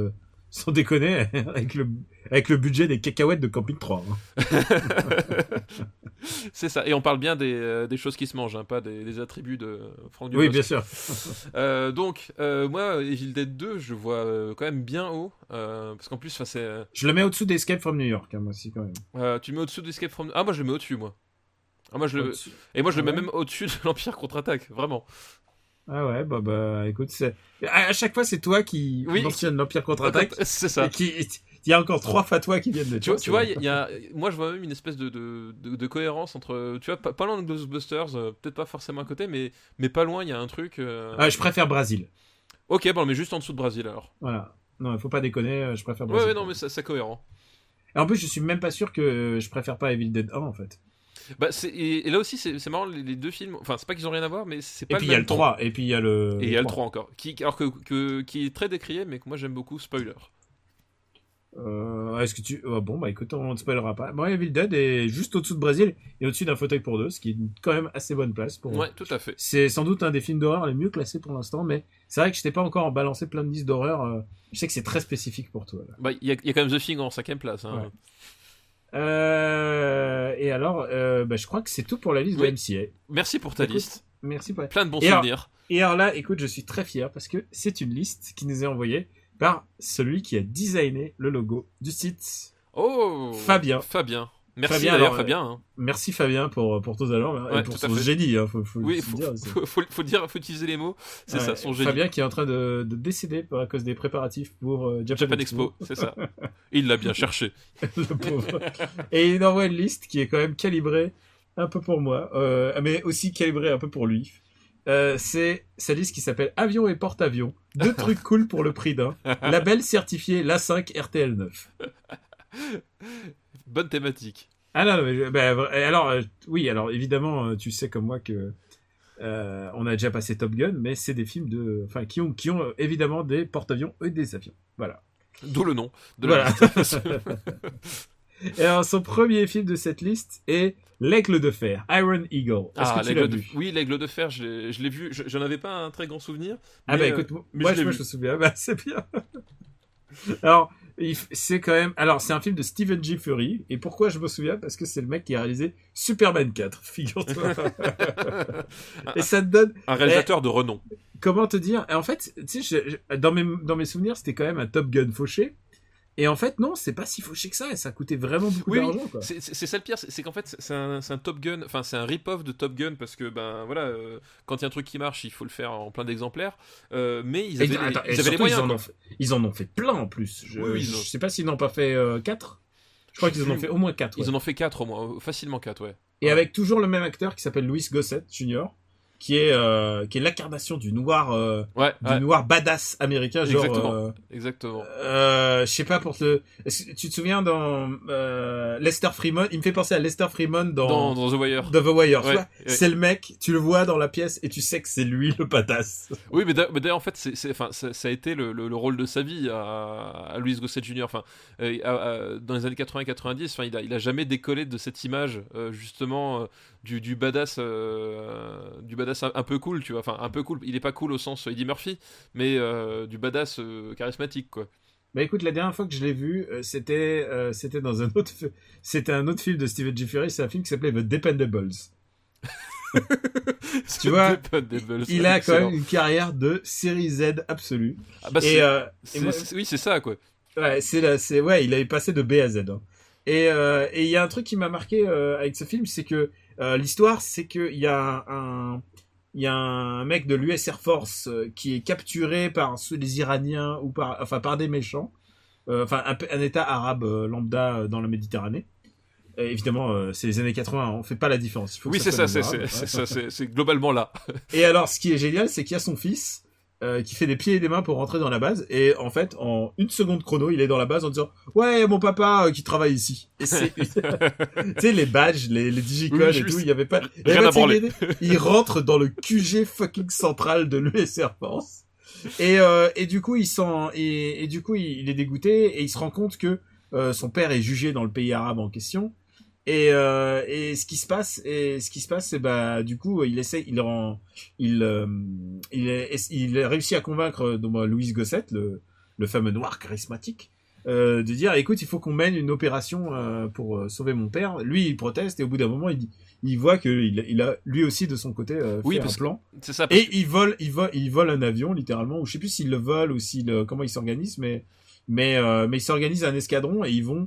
sans déconner, avec le budget des cacahuètes de Camping 3. Hein. C'est ça. Et on parle bien des choses qui se mangent, hein, pas des attributs de Franck Oui, Dubosc. bien sûr. Donc, moi, Evil Dead 2, je vois quand même bien haut. Parce qu'en plus, c'est. Je le mets au-dessous d'Escape from New York, hein, moi aussi, quand même. Tu le mets au-dessous d'Escape from. Ah, moi, je le mets au-dessus, moi. Ah, moi, je le... Au-dessus. Et moi, je le mets Ouais. même au-dessus de l'Empire contre-attaque, vraiment. Ah ouais, bah, écoute, à chaque fois, c'est toi qui Oui. mentionne l'Empire contre-attaque. C'est ça. Et il y a encore 3 fatwas qui viennent de Tu vois, moi je vois même une espèce de cohérence entre, tu vois, pas loin de Ghostbusters, peut-être pas forcément à côté, mais pas loin, il y a un truc. Je préfère Brésil. Ok, bon, mais juste en dessous de Brésil alors. Voilà. Non, il faut pas déconner, je préfère Ouais, Brésil. ouais, non, mais c'est cohérent. Et en plus, je suis même pas sûr que je préfère pas Evil Dead 1, en fait. Bah, et là aussi, c'est marrant, les deux films, enfin, c'est pas qu'ils ont rien à voir, mais c'est Et pas puis le il y a même le ton. 3, et puis il y a le... Et il y a le 3 encore, qui est très décrié, mais que moi j'aime beaucoup, spoiler. Est-ce que tu... bon, bah écoute, on ne spoilera pas. Bon, Evil Dead est juste au-dessous de Brésil, et au-dessus d'un fauteuil pour deux, ce qui est quand même assez bonne place pour... Ouais, tout à fait. C'est sans doute un des films d'horreur les mieux classés pour l'instant, mais c'est vrai que je t'ai pas encore balancé plein de listes d'horreur. Je sais que c'est très spécifique pour toi, là. Bah, il y a quand même The Thing en 5ème place. Hein. Ouais. Et alors, je crois que c'est tout pour la liste Oui. de MCA. Merci pour ta Écoute, liste. Merci pour... Plein de bons Et alors- souvenirs. Et alors là, écoute, je suis très fier parce que c'est une liste qui nous est envoyée par celui qui a designé le logo du site. Oh Fabien. Merci Fabien, d'ailleurs, alors, Fabien. Hein. Merci Fabien pour ton talent et Ouais, pour tout à son fait. génie. Hein, faut Oui, le faut dire aussi. faut utiliser les mots. C'est Ouais, ça, son génie. Fabien qui est en train de décéder à cause des préparatifs pour Japan Expo, c'est ça. Il l'a bien cherché. Le pauvre. Et il envoie une liste qui est quand même calibrée un peu pour moi, mais aussi calibrée un peu pour lui. C'est sa liste qui s'appelle Avion et porte-avions. 2 trucs cool pour le prix d'un. Label certifié l'A5 RTL9. Bonne thématique. Ah non, mais, oui, alors évidemment, tu sais comme moi que on a déjà passé Top Gun, mais c'est des films qui ont évidemment des porte-avions et des avions. Voilà. D'où le nom de la Voilà. liste. Et alors, son premier film de cette liste est L'Aigle de Fer, Iron Eagle. Est-ce que tu l'as vu? Oui, l'Aigle de Fer, je l'ai vu. J'en avais pas un très grand souvenir. Ah mais, écoute, mais moi je l'ai je me vu. souviens, c'est bien. Alors, c'est quand même... Alors, c'est un film de Stephen G. Fury. Et pourquoi je me souviens? Parce que c'est le mec qui a réalisé Superman 4, figure-toi. Et ça te donne... Un réalisateur de renom. Comment te dire? Et en fait, tu sais, dans mes souvenirs, c'était quand même un Top Gun fauché. Et en fait, non, c'est pas si fauché que ça. Et ça coûtait vraiment beaucoup Oui, d'argent, quoi. c'est ça le pire, c'est qu'en fait c'est un Top Gun, enfin c'est un rip-off de Top Gun parce que ben voilà, quand il y a un truc qui marche, il faut le faire en plein d'exemplaires. Mais ils avaient, Et ils avaient les surtout, moyens. quoi. ils en ont fait plein en plus. Oui, je non. sais pas s'ils n'en ont pas fait 4. Je crois qu'ils en ont fait au moins 4. Ils en ont fait 4 au moins, facilement 4, ouais. Et avec toujours le même acteur qui s'appelle Louis Gossett Jr., qui est l'incarnation du noir noir badass américain, genre Exactement. je sais pas est-ce que tu te souviens dans Lester Freeman, il me fait penser à Lester Freeman dans The Wire. The Wire, tu Ouais, vois, ouais. c'est le mec, tu le vois dans la pièce et tu sais que c'est lui le badass. Oui, mais d'ailleurs, en fait, ça a été le rôle de sa vie à Louis Gossett Jr. Enfin, dans les années 80 et 90, enfin, il a jamais décollé de cette image, justement, du badass un peu cool, tu vois. Enfin, un peu cool. Il est pas cool au sens Eddie Murphy, mais du badass charismatique, quoi. Bah écoute, la dernière fois que je l'ai vu, c'était dans c'était un autre film de Stephen G. Fury, c'est un film qui s'appelait The Dependables. Tu vois, il a quand même une carrière de série Z absolue. Ah bah oui, c'est ça, quoi. Ouais, il avait passé de B à Z. Hein. Et il y a un truc qui m'a marqué avec ce film, c'est que l'histoire, c'est que il y a un mec de l'US Air Force qui est capturé par les Iraniens ou par des méchants, un État arabe lambda dans la Méditerranée. Évidemment, c'est les années 80, on fait pas la différence. Il faut que Oui, c'est ça, c'est globalement là. Et alors, ce qui est génial, c'est qu'il y a son fils qui fait des pieds et des mains pour rentrer dans la base, et en fait, en 1 seconde chrono, il est dans la base en disant « Ouais, mon papa qui travaille ici. » Et c'est, tu sais, les badges, les digicodes et tout, il y avait pas... Rien à branler. Il rentre dans le QG fucking central de l'US Air Force. Et du coup, il est dégoûté, et il se rend compte que son père est jugé dans le pays arabe en question. Et ce qui se passe, c'est du coup il réussit à convaincre Louis Gossett, le le fameux noir charismatique, de dire écoute, il faut qu'on mène une opération pour sauver mon père. Lui, il proteste et au bout d'un moment, il voit que il a lui aussi de son côté fait un plan. C'est ça. Et il vole un avion littéralement, ou je sais plus s'il le vole ou comment il s'organise, mais il s'organise un escadron et ils vont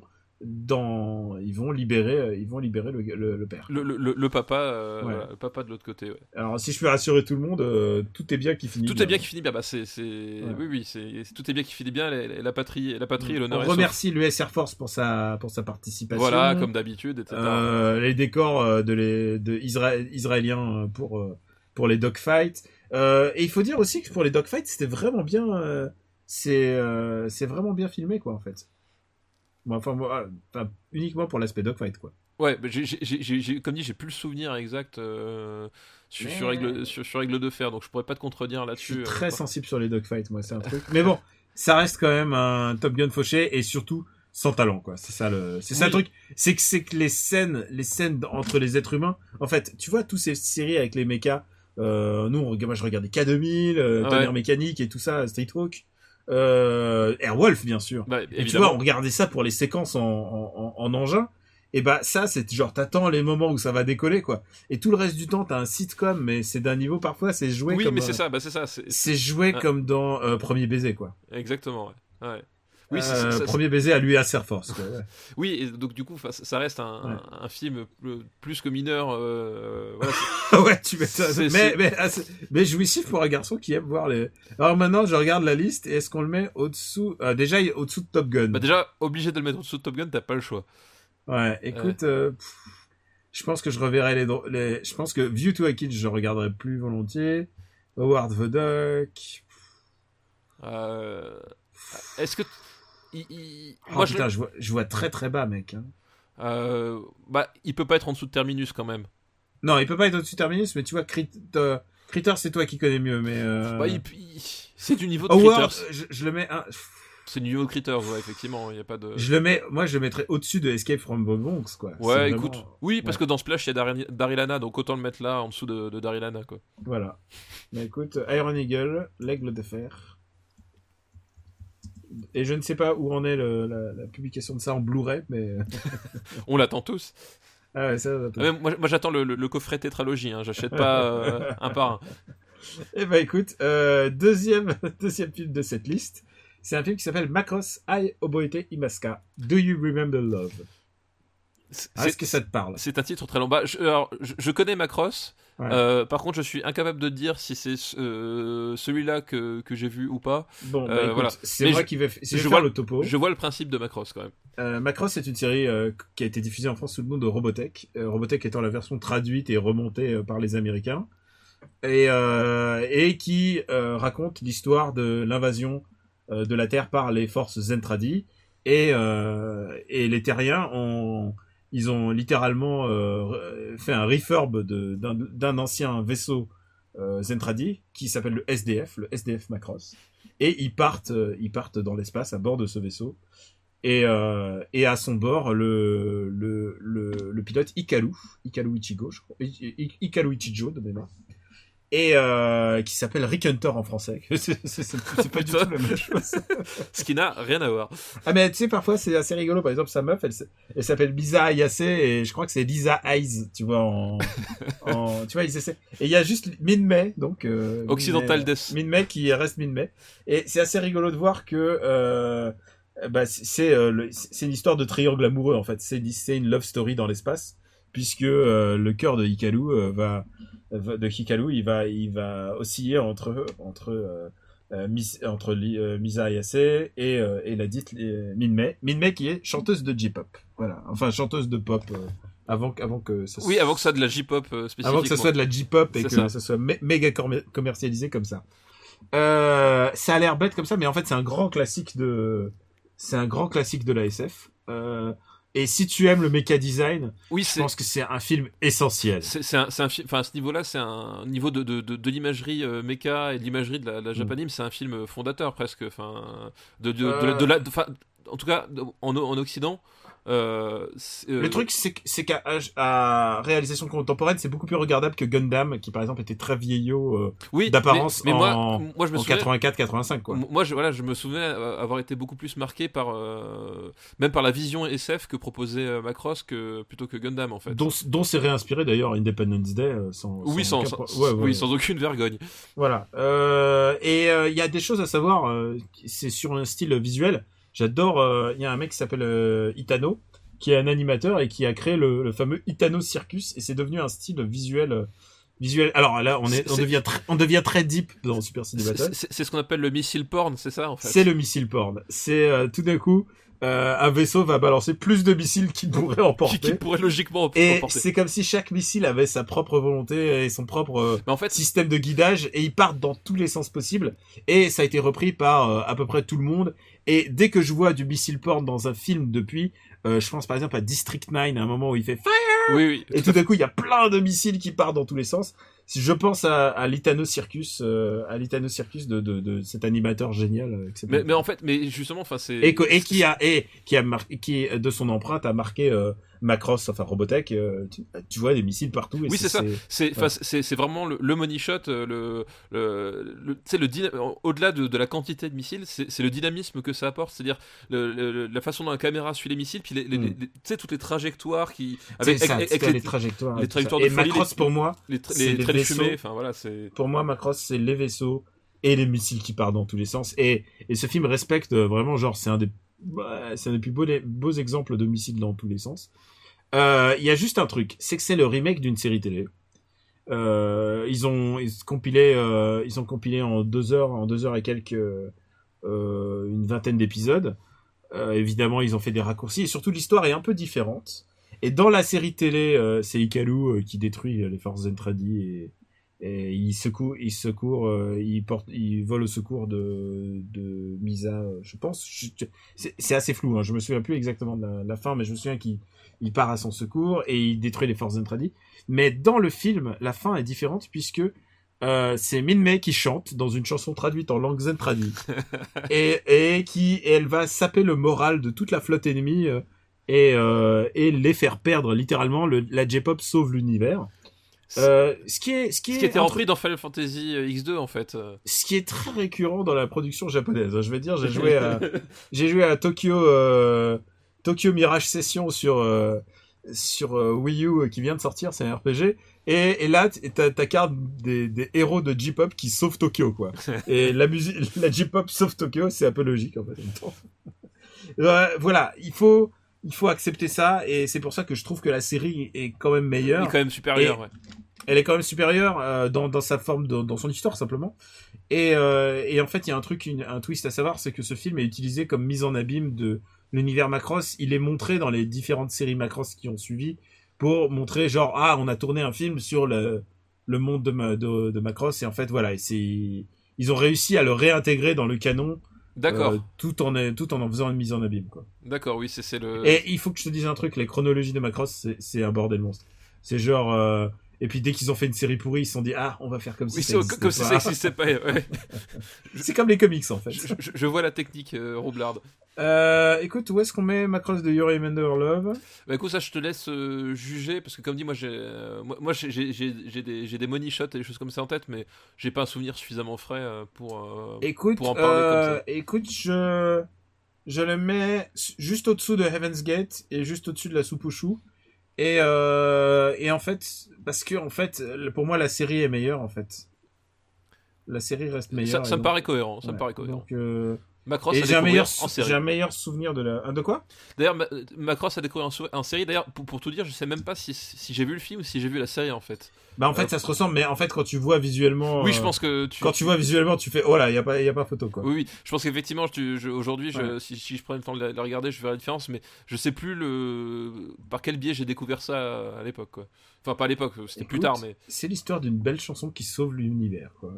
libérer le père. Le papa, Ouais. le papa de l'autre côté. Ouais. Alors si je peux rassurer tout le monde, tout est bien qui finit. Tout bien. est bien qui finit bien. Bah oui, tout est bien qui finit bien. La patrie et l'honneur. On remercie l'US Air Force pour sa participation. Voilà, comme d'habitude, etc. Les décors israéliens pour les dogfights. Et il faut dire aussi que pour les dogfights, c'était vraiment bien. C'est vraiment bien filmé, quoi, en fait. Bon, enfin, uniquement pour l'aspect dogfight, quoi. Ouais, mais comme dit, j'ai plus le souvenir exact sur Aigle de Fer, donc je pourrais pas te contredire Je là-dessus. suis très sensible sur les dogfights, moi, c'est un truc. Mais bon, ça reste quand même un Top Gun fauché et surtout sans talent, quoi. C'est ça le truc. C'est que les scènes entre les êtres humains, en fait, tu vois, toutes ces séries avec les mechas, moi, je regardais K2000, Tonnerre Mécanique et tout ça, Street Hawk. Airwolf, bien sûr. Bah, et tu vois, on regardait ça pour les séquences en engin. Et bah, ça, c'est genre, t'attends les moments où ça va décoller, quoi. Et tout le reste du temps, t'as un sitcom, mais c'est d'un niveau, parfois, c'est joué oui, comme... mais c'est ça. C'est joué comme dans Premier Baiser, quoi. Exactement, ouais. Oui, Premier Baiser à lui à Air Force, quoi. Ouais. Oui, et donc du coup, ça reste un film plus que mineur. Voilà, ouais, tu m'étonnes. Mais jouissif pour un garçon qui aime voir les... Alors maintenant, je regarde la liste, et est-ce qu'on le met au-dessous... déjà, il est au-dessous de Top Gun. Bah déjà, obligé de le mettre au-dessous de Top Gun, t'as pas le choix. Ouais, écoute, je pense que je reverrai je pense que View to a Kill, je regarderai plus volontiers. Howard the Duck. Est-ce que moi, putain, je vois très très bas, mec. Hein. Il peut pas être en dessous de Terminus quand même. Non, il peut pas être au-dessus de Terminus, mais tu vois, Critters, c'est toi qui connais mieux, mais. C'est du niveau de Howard, Critters. Je le mets un. C'est du niveau de Critters, ouais, effectivement, il y a pas de. Moi, je le mettrais au-dessus de Escape from the Bronx, quoi. Ouais, écoute, oui, parce que dans Splash, il y a Daryl Hannah, donc autant le mettre là, en dessous de Daryl Hannah, quoi. Voilà. Mais écoute, Iron Eagle, l'Aigle de Fer. Et je ne sais pas où en est la publication de ça en Blu-ray, mais. On l'attend tous. Ah ouais, ça moi, j'attends le coffret tétralogie, hein, j'achète pas un par un. Eh ben écoute, deuxième film de cette liste. C'est un film qui s'appelle Macross I Oboete Imaska. Do You Remember Love? Est-ce que ça te parle? C'est un titre très long. Je connais Macross. Ouais. Par contre, je suis incapable de dire si c'est celui-là que j'ai vu ou pas. Bon, écoute, voilà. C'est moi qui vais faire le topo. Je vois le principe de Macross quand même. Macross, c'est une série qui a été diffusée en France sous le nom de Robotech. Robotech étant la version traduite et remontée par les Américains. Et qui raconte l'histoire de l'invasion de la Terre par les forces Zentradi. Et les Terriens ils ont littéralement fait un refurb d'un ancien vaisseau Zentradi qui s'appelle le SDF Macross, et ils partent dans l'espace à bord de ce vaisseau, et à son bord le pilote Hikaru Ichigo, je crois, Hikaru Ichijo de mémoire, et qui s'appelle Rick Hunter en français. c'est pas du tout la même chose. Ce qui n'a rien à voir. Ah mais tu sais, parfois c'est assez rigolo. Par exemple, sa meuf, elle s'appelle Lisa Ayase, et je crois que c'est Lisa Eyes, tu vois, tu vois, ils essaient. Et il y a juste Min-Mei, donc Occidental Death. Min-Mei qui reste Min-Mei. Et c'est assez rigolo de voir que c'est une histoire de triangle amoureux, en fait. C'est une love story dans l'espace, puisque le cœur de Hikaru il va osciller entre Misa Ayase et la dite Min-Mei qui est chanteuse de J-pop, voilà, enfin chanteuse de pop, avant que ça soit... Oui, avant que ça soit de la J-pop spécifiquement. Avant que ça soit de la J-pop et que ça soit méga commercialisé comme ça. Ça a l'air bête comme ça, mais en fait c'est un grand classique de la SF. Et si tu aimes le mecha design, oui, je pense que c'est un film essentiel. C'est un film, enfin à ce niveau-là, c'est un niveau de l'imagerie mecha et de l'imagerie de la Japanime, c'est un film fondateur presque. Enfin, en tout cas, en Occident, Le truc, c'est qu'à réalisation contemporaine, c'est beaucoup plus regardable que Gundam, qui par exemple était très vieillot d'apparence mais moi, je me en 84-85 quoi. Moi, je me souvenais avoir été beaucoup plus marqué par même par la vision SF que proposait Macross plutôt que Gundam en fait. Dont s'est réinspiré d'ailleurs Independence Day sans aucune vergogne. Voilà. Et il y a des choses à savoir. C'est sur un style visuel. J'adore. Il y a un mec qui s'appelle Itano, qui est un animateur et qui a créé le fameux Itano Circus, et c'est devenu un style visuel. Alors là, on devient très deep dans Super Ciné Battle. C'est ce qu'on appelle le missile porn, c'est ça en fait. C'est le missile porn. C'est tout d'un coup. Un vaisseau va balancer plus de missiles qu'il pourrait emporter. Qu'il pourrait logiquement emporter. Et c'est comme si chaque missile avait sa propre volonté et son propre système de guidage, et ils partent dans tous les sens possibles. Et ça a été repris par à peu près tout le monde. Et dès que je vois du missile porn dans un film depuis, je pense par exemple à District 9, à un moment où il fait fire. Oui. Et tout d'un coup, il y a plein de missiles qui partent dans tous les sens. Je pense à l'Itano Circus, de cet animateur génial. Mais en fait, justement, enfin c'est. Qui de son empreinte a marqué Macross, enfin Robotech. Tu vois des missiles partout. Et oui, c'est ça. C'est vraiment le money shot, au-delà de la quantité de missiles, c'est le dynamisme que ça apporte, c'est-à-dire la façon dont la caméra suit les missiles, puis tu sais toutes les trajectoires qui avec les trajectoires. De et Macross pour moi, les traits de fumée. Enfin voilà, c'est. Pour moi, Macross, c'est les vaisseaux et les missiles qui partent dans tous les sens. Et ce film respecte vraiment, genre, c'est un des plus beaux exemples de missiles dans tous les sens. Il y a juste un truc, c'est que c'est le remake d'une série télé. Ils ont compilé en 2 heures et quelques, une vingtaine d'épisodes. Évidemment, ils ont fait des raccourcis et surtout l'histoire est un peu différente. Et dans la série télé, c'est Ikalu qui détruit les forces Zentradi et il vole au secours de Misa, je pense. C'est assez flou, hein. Je me souviens plus exactement de la fin, mais je me souviens qu'il part à son secours et il détruit les forces Zentradi. Mais dans le film, la fin est différente puisque c'est Min-Mei qui chante dans une chanson traduite en langue Zentradi et elle va saper le moral de toute la flotte ennemie et les faire perdre littéralement. La J-pop sauve l'univers. Ce qui était repris dans Final Fantasy X2 en fait. Ce qui est très récurrent dans la production japonaise. Je vais dire, j'ai joué à Tokyo Mirage Session sur Wii U qui vient de sortir, c'est un RPG. Et là, ta carte des héros de J-pop qui sauvent Tokyo, quoi. Et la J-pop sauve Tokyo, c'est un peu logique en fait. En même temps. Voilà, il faut accepter ça, et c'est pour ça que je trouve que la série est quand même meilleure. Elle est quand même supérieure, ouais. Elle est quand même supérieure dans sa forme, dans son histoire simplement. Et en fait, il y a un twist à savoir, c'est que ce film est utilisé comme mise en abîme de l'univers Macross. Il est montré dans les différentes séries Macross qui ont suivi pour montrer genre on a tourné un film sur le monde de Macross, et en fait voilà, ils ont réussi à le réintégrer dans le canon. D'accord. Tout en faisant une mise en abîme, quoi. D'accord, oui, c'est le. Et il faut que je te dise un truc, les chronologies de Macross, c'est un bordel monstre. C'est genre et puis dès qu'ils ont fait une série pourrie, ils se sont dit on va faire comme si ça existait pas. Si ça existait pas. Ouais. C'est comme les comics en fait. Je vois la technique Roublard. Écoute, où est-ce qu'on met Macross de You Remember Love? Bah écoute, ça je te laisse juger, parce que comme dit, moi j'ai des money shots et des choses comme ça en tête, mais j'ai pas un souvenir suffisamment frais pour en parler comme ça. Écoute, je le mets juste au-dessous de Heaven's Gate et juste au-dessus de la soupe aux choux. Et en fait, parce que en fait, pour moi la série est meilleure en fait. La série reste meilleure. Ça me paraît cohérent. Donc Macross et a j'ai un meilleur souvenir de quoi? D'ailleurs, Macross a découvert en série. D'ailleurs, pour tout dire, je sais même pas si j'ai vu le film ou si j'ai vu la série en fait. Bah en fait ça se ressemble, mais en fait quand tu vois visuellement. Oui, je pense que quand tu vois visuellement, tu fais oh là, y a pas photo quoi. Oui, je pense qu'effectivement, aujourd'hui, si je prends le temps de la regarder, je verrai la différence, mais je sais plus par quel biais j'ai découvert ça à l'époque, quoi. Enfin, pas à l'époque, c'était plus tard, mais. C'est l'histoire d'une belle chanson qui sauve l'univers, quoi.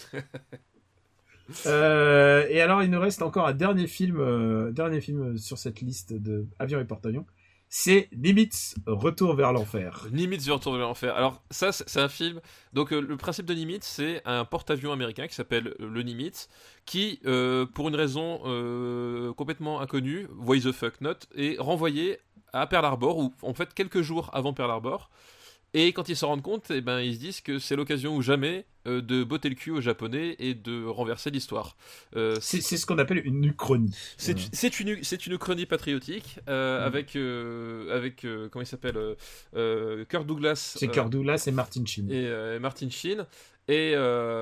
Et alors, il nous reste encore un dernier film sur cette liste de Avions et Porte-Avions. C'est Nimitz, Retour vers l'enfer. Nimitz, Retour vers l'enfer. Alors ça, c'est un film. Donc le principe de Nimitz, c'est un porte-avions américain qui s'appelle le Nimitz, qui, pour une raison complètement inconnue, why the fuck not, est renvoyé à Pearl Harbor, ou en fait quelques jours avant Pearl Harbor. Et quand ils s'en rendent compte, eh ben, ils se disent que c'est l'occasion ou jamais de botter le cul aux Japonais et de renverser l'histoire. C'est ce qu'on appelle une uchronie. C'est une uchronie patriotique avec comment il s'appelle Kirk Douglas. C'est Kirk Douglas et Martin Sheen. Et Martin Sheen. Et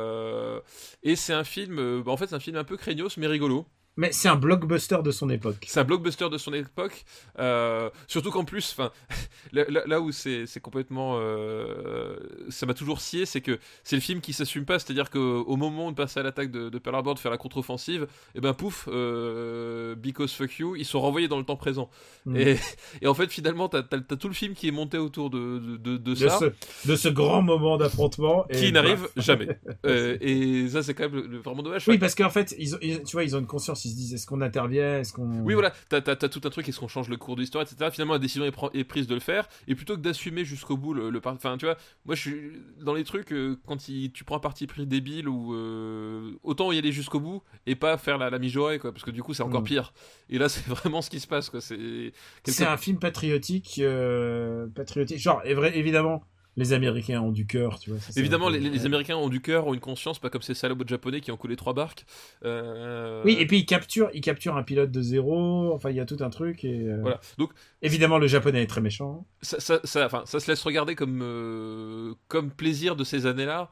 c'est un film, en fait, c'est un film un peu craignos mais rigolo. Mais c'est un blockbuster de son époque. C'est un blockbuster de son époque, surtout qu'en plus, là où c'est complètement, ça m'a toujours scié, c'est que c'est le film qui s'assume pas, c'est-à-dire qu'au moment de passer à l'attaque de Pearl Harbor, de faire la contre-offensive, et ben pouf, because fuck you, ils sont renvoyés dans le temps présent. Et en fait, finalement, t'as tout le film qui est monté autour de ça, de ce grand moment d'affrontement qui n'arrive jamais. Et ça, c'est quand même vraiment dommage. Oui, parce qu'en fait, tu vois, ils ont une conscience. Ils se disent, est-ce qu'on intervient, est-ce qu'on... Oui, voilà, t'as tout un truc, est-ce qu'on change le cours de l'histoire, etc. Finalement, la décision est prise de le faire, et plutôt que d'assumer jusqu'au bout enfin, tu vois, moi, je suis dans les trucs, quand tu prends un parti pris débile, ou autant y aller jusqu'au bout, et pas faire la mijaurée, quoi, parce que du coup, c'est encore pire. Et là, c'est vraiment ce qui se passe, quoi. C'est un film patriotique, genre, évidemment... Les Américains ont du cœur, tu vois. Évidemment, les Américains ont du cœur, ont une conscience, pas comme ces salauds de Japonais qui ont coulé 3 barques. Oui, et puis ils capturent un pilote de zéro. Enfin, il y a tout un truc. Et voilà. Donc, évidemment, le Japonais est très méchant. Ça se laisse regarder comme plaisir de ces années-là.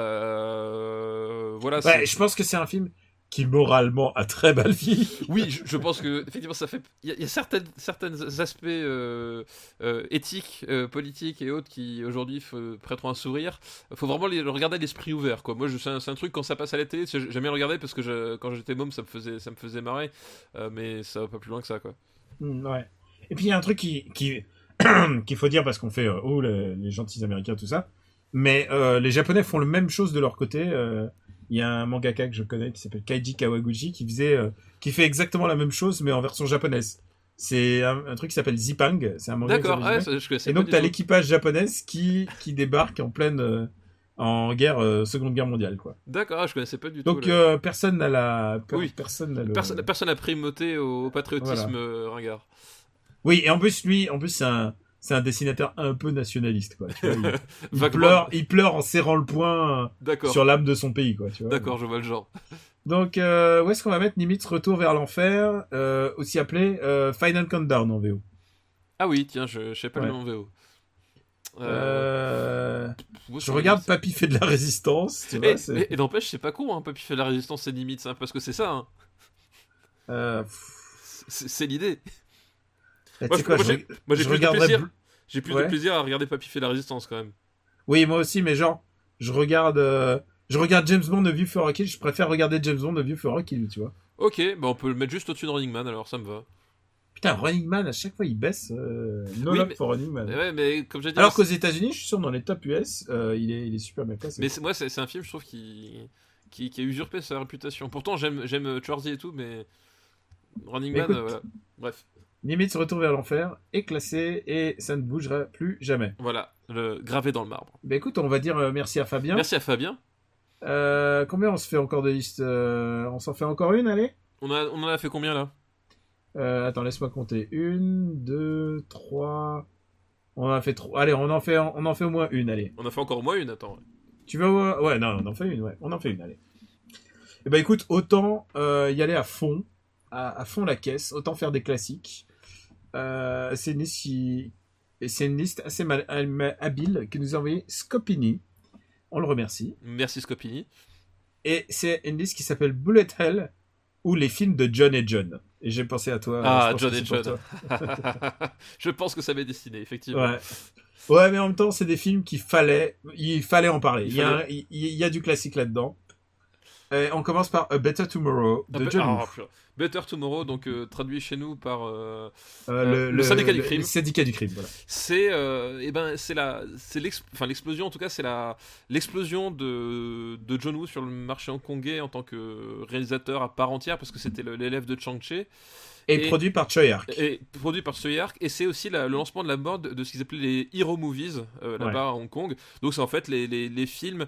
Voilà. Ouais, je pense que c'est un film qui moralement a très mal vieilli. Oui, je pense que effectivement ça fait. Il y a certains aspects éthiques, politiques et autres qui aujourd'hui prêteront un sourire. Il faut vraiment le regarder à l'esprit ouvert, quoi. Moi, c'est un truc quand ça passe à la télé, j'aime bien le regarder parce que quand j'étais môme, ça me faisait marrer, mais ça va pas plus loin que ça, quoi. Ouais. Et puis il y a un truc qu'il faut dire parce qu'on fait les gentils Américains tout ça, mais les Japonais font la même chose de leur côté. Il y a un mangaka que je connais qui s'appelle Kaiji Kawaguchi qui fait exactement la même chose mais en version japonaise. C'est un truc qui s'appelle Zipang, c'est un manga. D'accord, ouais, je connaissais. Et donc t'as l'équipage japonaise qui débarque en pleine en guerre Seconde Guerre mondiale, quoi. D'accord, je connaissais pas du tout. Donc personne n'a personne n'a primauté au patriotisme ringard. Oui, et en plus c'est un dessinateur un peu nationaliste, quoi. Tu vois, il pleure en serrant le poing sur l'âme de son pays, quoi. Tu vois. D'accord, je vois le genre. Donc, où est-ce qu'on va mettre Nimitz Retour vers l'enfer, aussi appelé Final Countdown en VO. Ah oui, tiens, je sais pas le nom en VO. Je regarde Papy fait de la résistance. Tu vois, et n'empêche, c'est pas con, hein, Papy fait de la résistance, c'est Nimitz, hein, parce que c'est ça. Hein. C'est l'idée. Moi, j'ai plus de plaisir à regarder Papy fait la résistance quand même. Oui, moi aussi, mais genre, je regarde James Bond A View for a Kill, je préfère regarder James Bond A View for a Kill, tu vois. Ok, bah on peut le mettre juste au-dessus de Running Man, alors ça me va. Putain, Running Man, à chaque fois il baisse. Love for Running Man. Ouais, mais comme j'ai dit. Alors qu'aux États-Unis, je suis sûr, dans les top US, il est super bien placé. Mais c'est un film, je trouve, qui a usurpé sa réputation. Pourtant, j'aime Schwarzy et tout, mais Running Man, voilà. Bref. Nimitz Retour vers l'enfer est classé et ça ne bougera plus jamais. Voilà, le gravé dans le marbre. Bah écoute, on va dire merci à Fabien. Merci à Fabien. Combien on se fait encore de listes on s'en fait encore une, allez. On en a fait combien là Attends, laisse-moi compter. 1, 2, 3. On en a fait 3. Allez, on en fait au moins une, allez. On en fait encore au moins une, attends. Tu veux ouais, non, on en fait une, ouais. On en fait une, allez. Et bah écoute, autant y aller à fond la caisse, autant faire des classiques. C'est une liste assez habile que nous a envoyé Scopini. On le remercie. Merci Scopini. Et c'est une liste qui s'appelle Bullet Hell ou les films de John et John. Et j'ai pensé à toi. Ah, John et John. Je pense que ça m'est destiné, effectivement. Ouais, mais en même temps, c'est des films il fallait en parler. Il y a du classique là-dedans. On commence par A Better Tomorrow de John Woo. Better Tomorrow, donc traduit chez nous par le syndicat du crime. Le syndicat du crime, voilà. C'est l'explosion, en tout cas, c'est l'explosion de John Woo sur le marché hongkongais en tant que réalisateur à part entière, parce que c'était l'élève de Chang-Chi. Et produit par Choi Ark. Et c'est aussi le lancement de la mode de ce qu'ils appelaient les Hero Movies là-bas à Hong Kong. Donc c'est en fait les films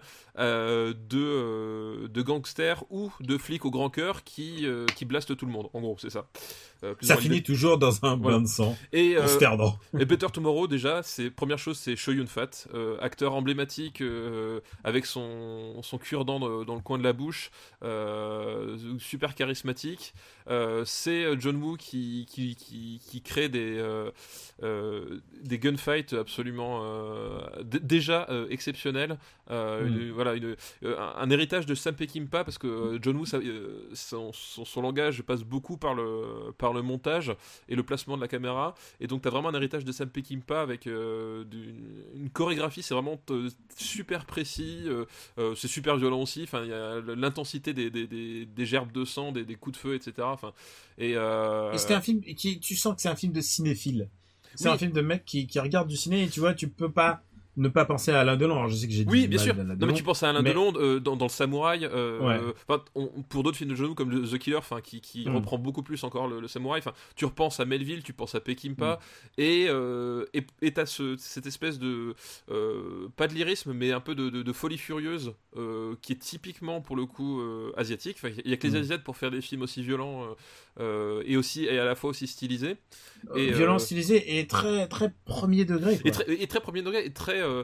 de gangsters ou de flics au grand cœur qui blastent tout le monde. En gros, c'est ça. plus Ça ou moins finit toujours dans un bain de sang. Et consternant. et Better Tomorrow, déjà, première chose, c'est Chow Yun-fat, acteur emblématique avec son cure-dent dans le coin de la bouche, super charismatique. C'est John Woo qui crée des gunfights absolument déjà exceptionnels. Un héritage de Sam Peckinpah, parce que John Woo, son langage passe beaucoup par le montage et le placement de la caméra, et donc t'as vraiment un héritage de Sam Peckinpah avec une chorégraphie, c'est vraiment super précis, c'est super violent aussi, enfin il y a l'intensité des gerbes de sang, des coups de feu, etc. Enfin, et c'était un film tu sens que c'est un film de cinéphile. C'est un film de mec qui regarde du ciné, et tu vois, tu peux pas ne pas penser à Alain Delon. Alors je sais que j'ai dit oui, bien sûr. Alain Non, Delon, mais tu penses à Alain Delon dans le Samouraï. Ouais. Pour d'autres films de John Woo comme The Killer, qui reprend beaucoup plus encore le Samouraï. Enfin, tu repenses à Melville, tu penses à Peckinpah, et t'as cette espèce de pas de lyrisme, mais un peu de folie furieuse qui est typiquement pour le coup asiatique. Enfin, il y a que les Asiates pour faire des films aussi violents et à la fois aussi stylisés. Violent, stylisé et très très premier degré. Quoi. Et très premier degré et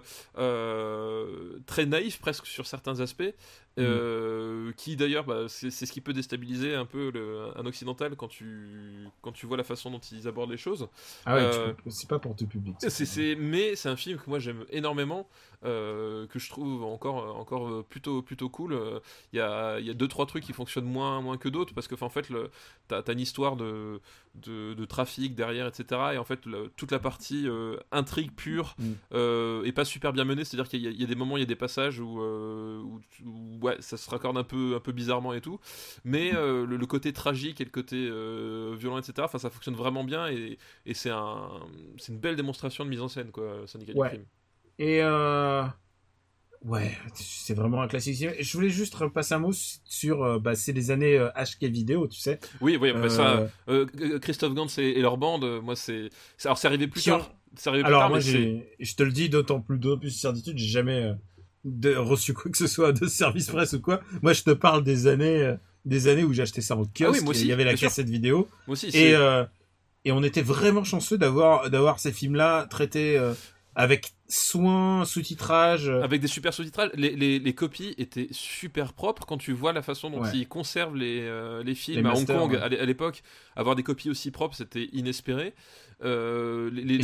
très naïf presque sur certains aspects, qui d'ailleurs c'est ce qui peut déstabiliser un peu un occidental quand tu vois la façon dont ils abordent les choses. Ah ouais, c'est pas pour tout public. Mais c'est un film que moi j'aime énormément, que je trouve encore plutôt cool. Il y a 2-3 trucs qui fonctionnent moins que d'autres, parce que en fait t'as une histoire de trafic derrière, etc. Et en fait toute la partie intrigue pure est pas super bien menée, c'est-à-dire qu'il y a des moments, il y a des passages où ouais, ça se raccorde un peu bizarrement et tout, mais le côté tragique et le côté violent, etc. Enfin, ça fonctionne vraiment bien, et c'est une belle démonstration de mise en scène, quoi, Syndicat du crime. Et ouais, c'est vraiment un classique. Je voulais juste repasser un mot sur c'est les années HK vidéo, tu sais. Oui, ça, Christophe Gans et leur bande, moi alors c'est arrivé plus tard. Alors moi je te le dis d'autant plus certitude, j'ai jamais reçu quoi que ce soit de service presse ou quoi. Moi je te parle des années où j'achetais ça en kiosque. Moi aussi, il y avait la cassette vidéo. Moi aussi. Et on était vraiment chanceux d'avoir ces films-là traités avec soin, sous-titrage. Avec des super sous-titrages. Les copies étaient super propres. Quand tu vois la façon dont ils conservent les films à Hong Kong à l'époque, avoir des copies aussi propres, c'était inespéré. Les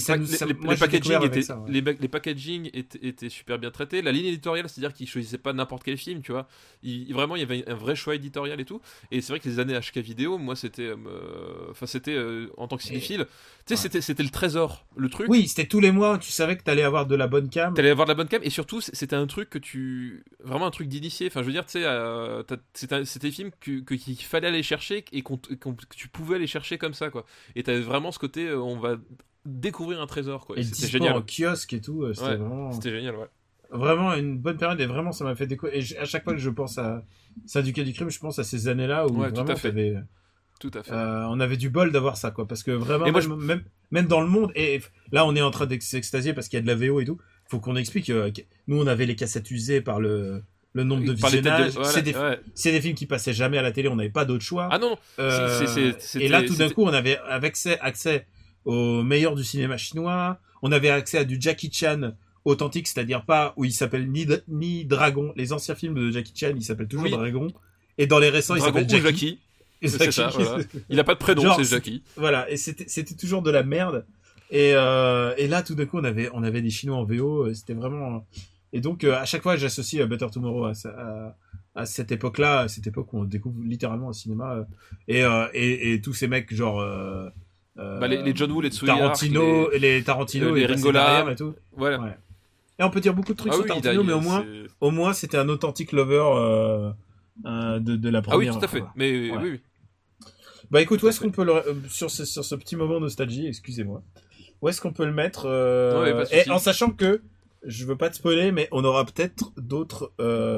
packaging étaient super bien traités. La ligne éditoriale, c'est-à-dire qu'ils choisissaient pas n'importe quel film, tu vois. Vraiment, il y avait un vrai choix éditorial et tout. Et c'est vrai que les années HK vidéo, moi, c'était en tant que cinéphile, tu sais, c'était le trésor, le truc. Oui, c'était tous les mois, tu savais que t'allais avoir de la bonne cam. Et surtout, c'était un truc vraiment un truc d'initié. Enfin, je veux dire, tu sais, c'était des films qu'il fallait aller chercher et que tu pouvais aller chercher comme ça, quoi. Et t'avais vraiment ce côté, on va découvrir un trésor, quoi. Et c'était génial. En kiosque et tout, c'était génial, ouais. Vraiment une bonne période, et vraiment ça m'a fait découvrir. Et à chaque fois que je pense à Syndicat du crime, je pense à ces années-là où vraiment tout à fait. On avait du bol d'avoir ça, quoi, parce que vraiment même dans le monde, et là on est en train de s'extasier parce qu'il y a de la VO et tout. Faut qu'on explique. Nous on avait les cassettes usées par le nombre de visionnages. C'est des films qui passaient jamais à la télé, on n'avait pas d'autre choix. Ah non. Et là tout d'un coup on avait accès au meilleur du cinéma chinois. On avait accès à du Jackie Chan authentique, c'est-à-dire pas où il s'appelle ni Dragon. Les anciens films de Jackie Chan, il s'appelle toujours Dragon. Et dans les récents, il s'appelle Jackie. C'est ça, voilà. Il a pas de prénom, c'est Jackie. Voilà, et c'était toujours de la merde. Et là, tout d'un coup, on avait des Chinois en VO. C'était vraiment. Et donc, à chaque fois, j'associe Better Tomorrow à cette époque-là, cette époque où on découvre littéralement un cinéma. Et tous ces mecs, genre. Les John Woo, les Tarantino, les Ringo Lam et tout. Voilà. Ouais. Et on peut dire beaucoup de trucs sur Tarantino, mais au moins, c'était un authentique lover de la première. Ah oui, tout à fait. Mais oui. Bah écoute, où est-ce qu'on peut sur ce petit moment nostalgie, excusez-moi, où est-ce qu'on peut le mettre et en sachant que je veux pas te spoiler, mais on aura peut-être d'autres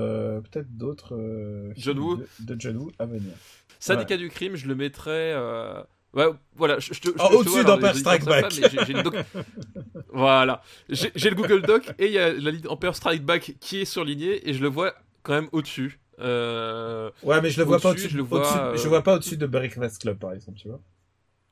John Woo de John Woo à venir. Syndicat du crime, je le mettrais voilà, au-dessus d'Empire Strike Back. Voilà, j'ai le Google Doc et il y a la ligne Empire Strike Back qui est surlignée et je le vois quand même au-dessus. Ouais, mais je le vois pas au-dessus. Je vois pas au-dessus de Breakfast Club, par exemple, tu vois.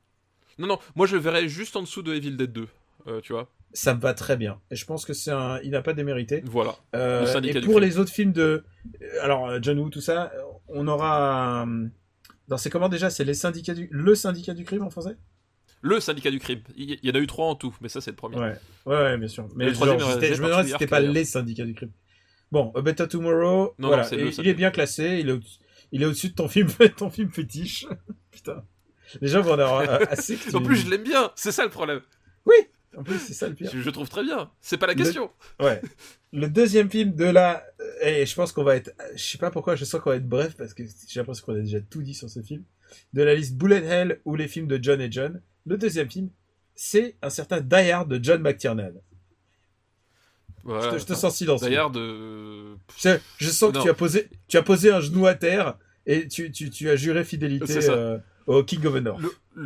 Non, moi je le verrais juste en dessous de Evil Dead 2, tu vois. Ça me va très bien. Et je pense que il n'a pas démérité. Voilà. Et pour les autres films de, alors John Woo, tout ça, on aura, dans c'est comment déjà, c'est le syndicat du crime en français. Le syndicat du crime. Il y en a eu 3 en tout, mais ça c'est le premier. Ouais, bien sûr. Mais le troisième, je me demandais si c'était pas les syndicats du crime. Bon, A Better Tomorrow, non, voilà. Non, il est bien classé. Il est au-dessus de ton film fétiche. Putain. Déjà, on a assez. En plus, je l'aime bien. C'est ça le problème. Oui. En plus, c'est ça le pire. Je trouve très bien. C'est pas la question. Ouais. Le deuxième film de la, et je pense qu'on va être, je sais pas pourquoi, je sens qu'on va être bref parce que j'ai l'impression qu'on a déjà tout dit sur ce film. De la liste Bullet Hell ou les films de John et John. Le deuxième film, c'est un certain Die Hard de John McTiernan. Ouais, je te sens silencieux. Die Hard. Je sens que tu as posé un genou à terre et tu as juré fidélité au King of the North.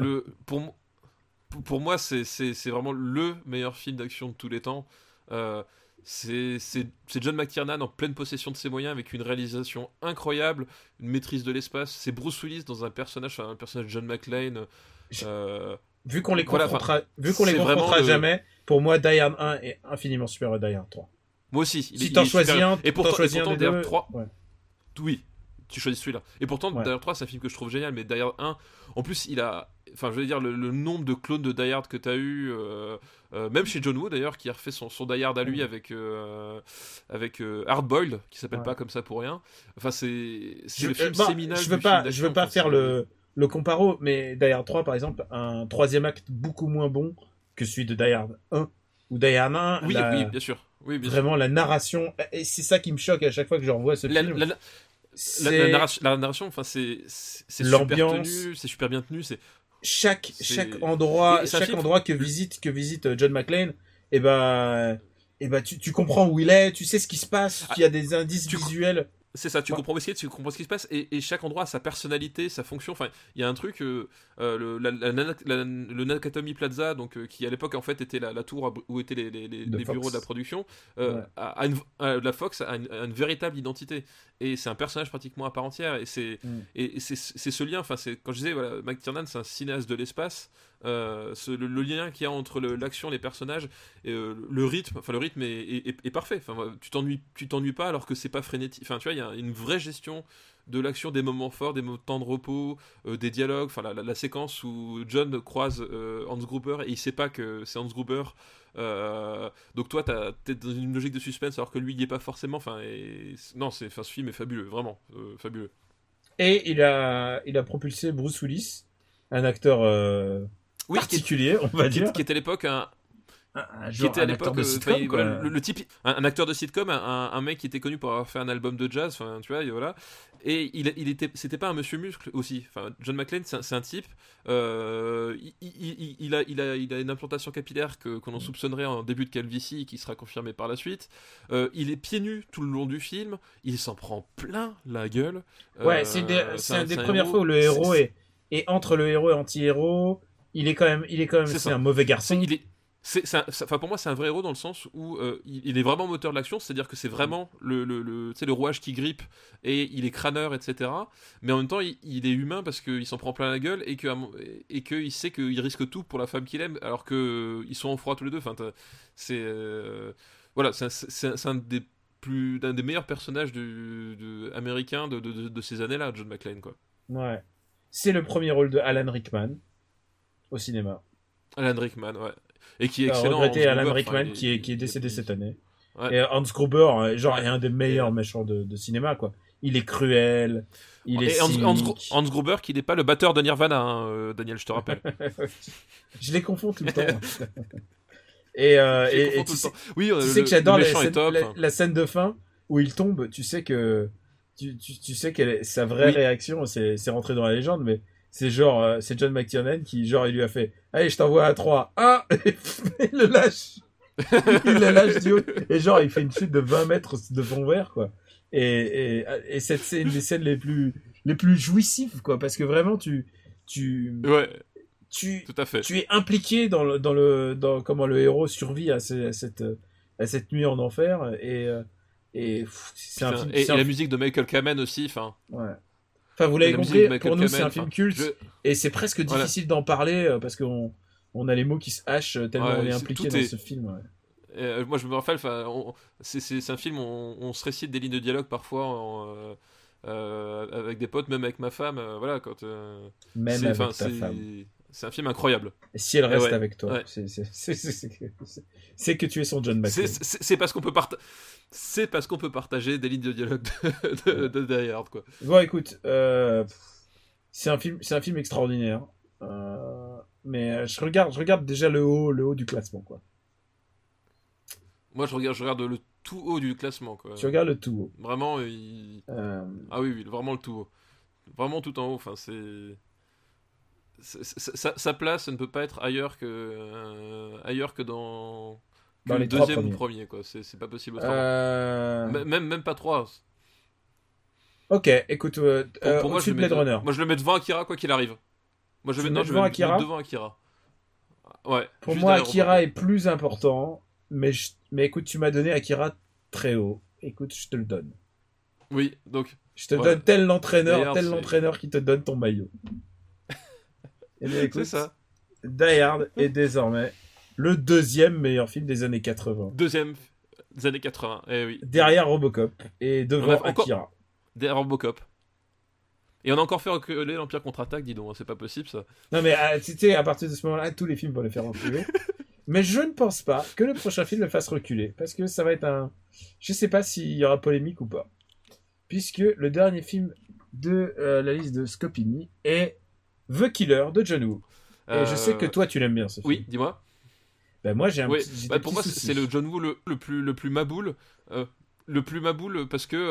Pour moi, c'est vraiment le meilleur film d'action de tous les temps. C'est John McTiernan en pleine possession de ses moyens avec une réalisation incroyable, une maîtrise de l'espace. C'est Bruce Willis dans un personnage John McClane. Vu qu'on les confrontera jamais, pour moi, Die Hard 1 est infiniment supérieur à Die Hard 3. Moi aussi. Si t'en choisis un, et pourtant Die Hard 3, oui, tu choisis celui-là. Et pourtant, Die Hard 3, c'est un film que je trouve génial, mais Die Hard 1, en plus, il a... Enfin, je veux dire, le nombre de clones de Die Hard que t'as eu, même chez John Woo d'ailleurs, qui a refait son Die Hard à lui avec Hard Boiled, qui s'appelle pas comme ça pour rien. Enfin, c'est le film séminal. Je veux pas faire le comparo, mais Die Hard 3, par exemple, un troisième acte beaucoup moins bon que celui de Die Hard 1, ou Die Hard 1. Oui, bien sûr. Oui, bien vraiment, sûr. La narration, et c'est ça qui me choque à chaque fois que je revois ce film. La narration, enfin, c'est super tenu, c'est super bien tenu, chaque endroit que visite John McClane, tu comprends où il est, tu sais ce qui se passe, il y a des indices visuels. C'est ça, tu comprends ce qui se passe, et chaque endroit a sa personnalité, sa fonction. Enfin, il y a un truc, le Nakatomi Plaza, donc qui à l'époque en fait était la tour où étaient les bureaux de la production, la Fox a une véritable identité, et c'est un personnage pratiquement à part entière, et c'est ce lien. Enfin, c'est quand je disais, voilà, McTiernan, c'est un cinéaste de l'espace. Le lien qu'il y a entre l'action, les personnages, et, le rythme est parfait. Enfin, tu t'ennuies pas alors que c'est pas frénétique. Enfin, tu vois, il y a une vraie gestion de l'action, des moments forts, des temps de repos, des dialogues. Enfin, la séquence où John croise Hans Gruber et il sait pas que c'est Hans Gruber. Donc toi, t'es dans une logique de suspense alors que lui, il y est pas forcément. Enfin, ce film est fabuleux, vraiment fabuleux. Et il a propulsé Bruce Willis, un acteur particulier, on va dire, qui était à l'époque un acteur de sitcom, le type, un acteur de sitcom, un mec qui était connu pour avoir fait un album de jazz, enfin tu vois, et voilà. Et c'était pas un monsieur muscle aussi. Enfin, John McClane, c'est un type. Il a une implantation capillaire qu'on en soupçonnerait en début de calvitie, qui sera confirmée par la suite. Il est pieds nus tout le long du film. Il s'en prend plein la gueule. Ouais, c'est une des premières fois où le héros est entre le héros et anti-héros. Il est quand même c'est un mauvais garçon. Pour moi, c'est un vrai héros dans le sens où il est vraiment moteur de l'action, c'est-à-dire que c'est vraiment le rouage qui grippe et il est crâneur, etc. Mais en même temps, il est humain parce qu'il s'en prend plein la gueule et qu'il sait qu'il risque tout pour la femme qu'il aime, alors qu'ils sont en froid tous les deux. Enfin, c'est un des meilleurs personnages américains de ces années-là, John McClane, quoi. Ouais. C'est le premier rôle de Alan Rickman au cinéma. Alan Rickman, ouais. Et qui est excellent. Regretter Alan Rickman qui est décédé cette année. Ouais. Et Hans Gruber, est un des meilleurs méchants de cinéma, quoi. Il est cruel, il est cynique. Hans Gruber qui n'est pas le batteur de Nirvana, Daniel, je te rappelle. Je les confonds tout le temps. Et tu sais que j'adore la scène de fin où il tombe. Tu sais que sa vraie réaction, c'est rentré dans la légende, mais c'est c'est John McTiernan qui, il lui a fait « Allez, je t'envoie à 3. 1 !» Et il le lâche. Il le lâche du haut. Et il fait une chute de 20 mètres de fond vert, quoi. Et c'est une des scènes les plus jouissives, quoi. Parce que vraiment, tout à fait. Tu es impliqué dans comment le héros survit à cette nuit en enfer. Et la musique de Michael Kamen aussi, enfin. Ouais. Enfin, vous l'avez La musique de compris, Michael pour nous, c'est Kamen, un film enfin, culte, et c'est presque Voilà. difficile d'en parler, parce qu'on a les mots qui se hachent tellement Ouais, on est c'est- impliqué tout dans est- ce film. Ouais. Moi, je me rappelle, enfin, c'est un film où on se récite des lignes de dialogue parfois avec des potes, même avec ma femme. Voilà, quand Même c'est, avec enfin, ta femme. c'est un film incroyable. Et si elle reste ouais, avec toi, ouais. c'est que tu es son John McClane. C'est parce qu'on peut c'est parce qu'on peut partager des lignes de dialogue de Die Hard, quoi. Bon, écoute, c'est un film extraordinaire. Mais je regarde déjà le haut du classement, quoi. Moi, je regarde le tout haut du classement, quoi. Tu regardes le tout haut. Vraiment, Euh, ah oui, vraiment le tout haut. Vraiment tout en haut. Enfin, sa place ne peut pas être ailleurs que dans Dans le les trois deuxième ou premiers. premier, quoi. C'est pas possible autrement. Même pas 3. Ok, écoute, Pour moi, au-dessus de Blade Runner. Moi, je le mets devant Akira, quoi qu'il arrive. Moi, je Tu vais le mets devant Akira devant Akira. Ouais. Pour juste moi, derrière Akira Robocop. est plus important, mais écoute, tu m'as donné Akira très haut. Écoute, je te le donne. Oui, donc. Je te Ouais. donne tel l'entraîneur, D'ailleurs, tel c'est- l'entraîneur qui te donne ton maillot. Et bien, écoute, C'est ça. Die Hard est désormais le deuxième meilleur film des années 80. Deuxième des années 80. Eh oui. Derrière Robocop et devant On a encore- Akira. Derrière Robocop. Et on a encore fait reculer l'Empire contre-attaque, dis donc, hein, c'est pas possible ça. Non mais tu sais, à partir de ce moment-là, tous les films vont les faire reculer. Mais je ne pense pas que le prochain film le fasse reculer. Parce que ça va être un... Je sais pas s'il y aura polémique ou pas. Puisque le dernier film de la liste de Scopini est The Killer de John Woo. Et je sais que toi tu l'aimes bien ce film. Oui, dis-moi. Ben moi j'ai Oui, j'ai bah, des pour petits moi, soucis. c'est le John Woo le plus maboule. Le plus maboule parce que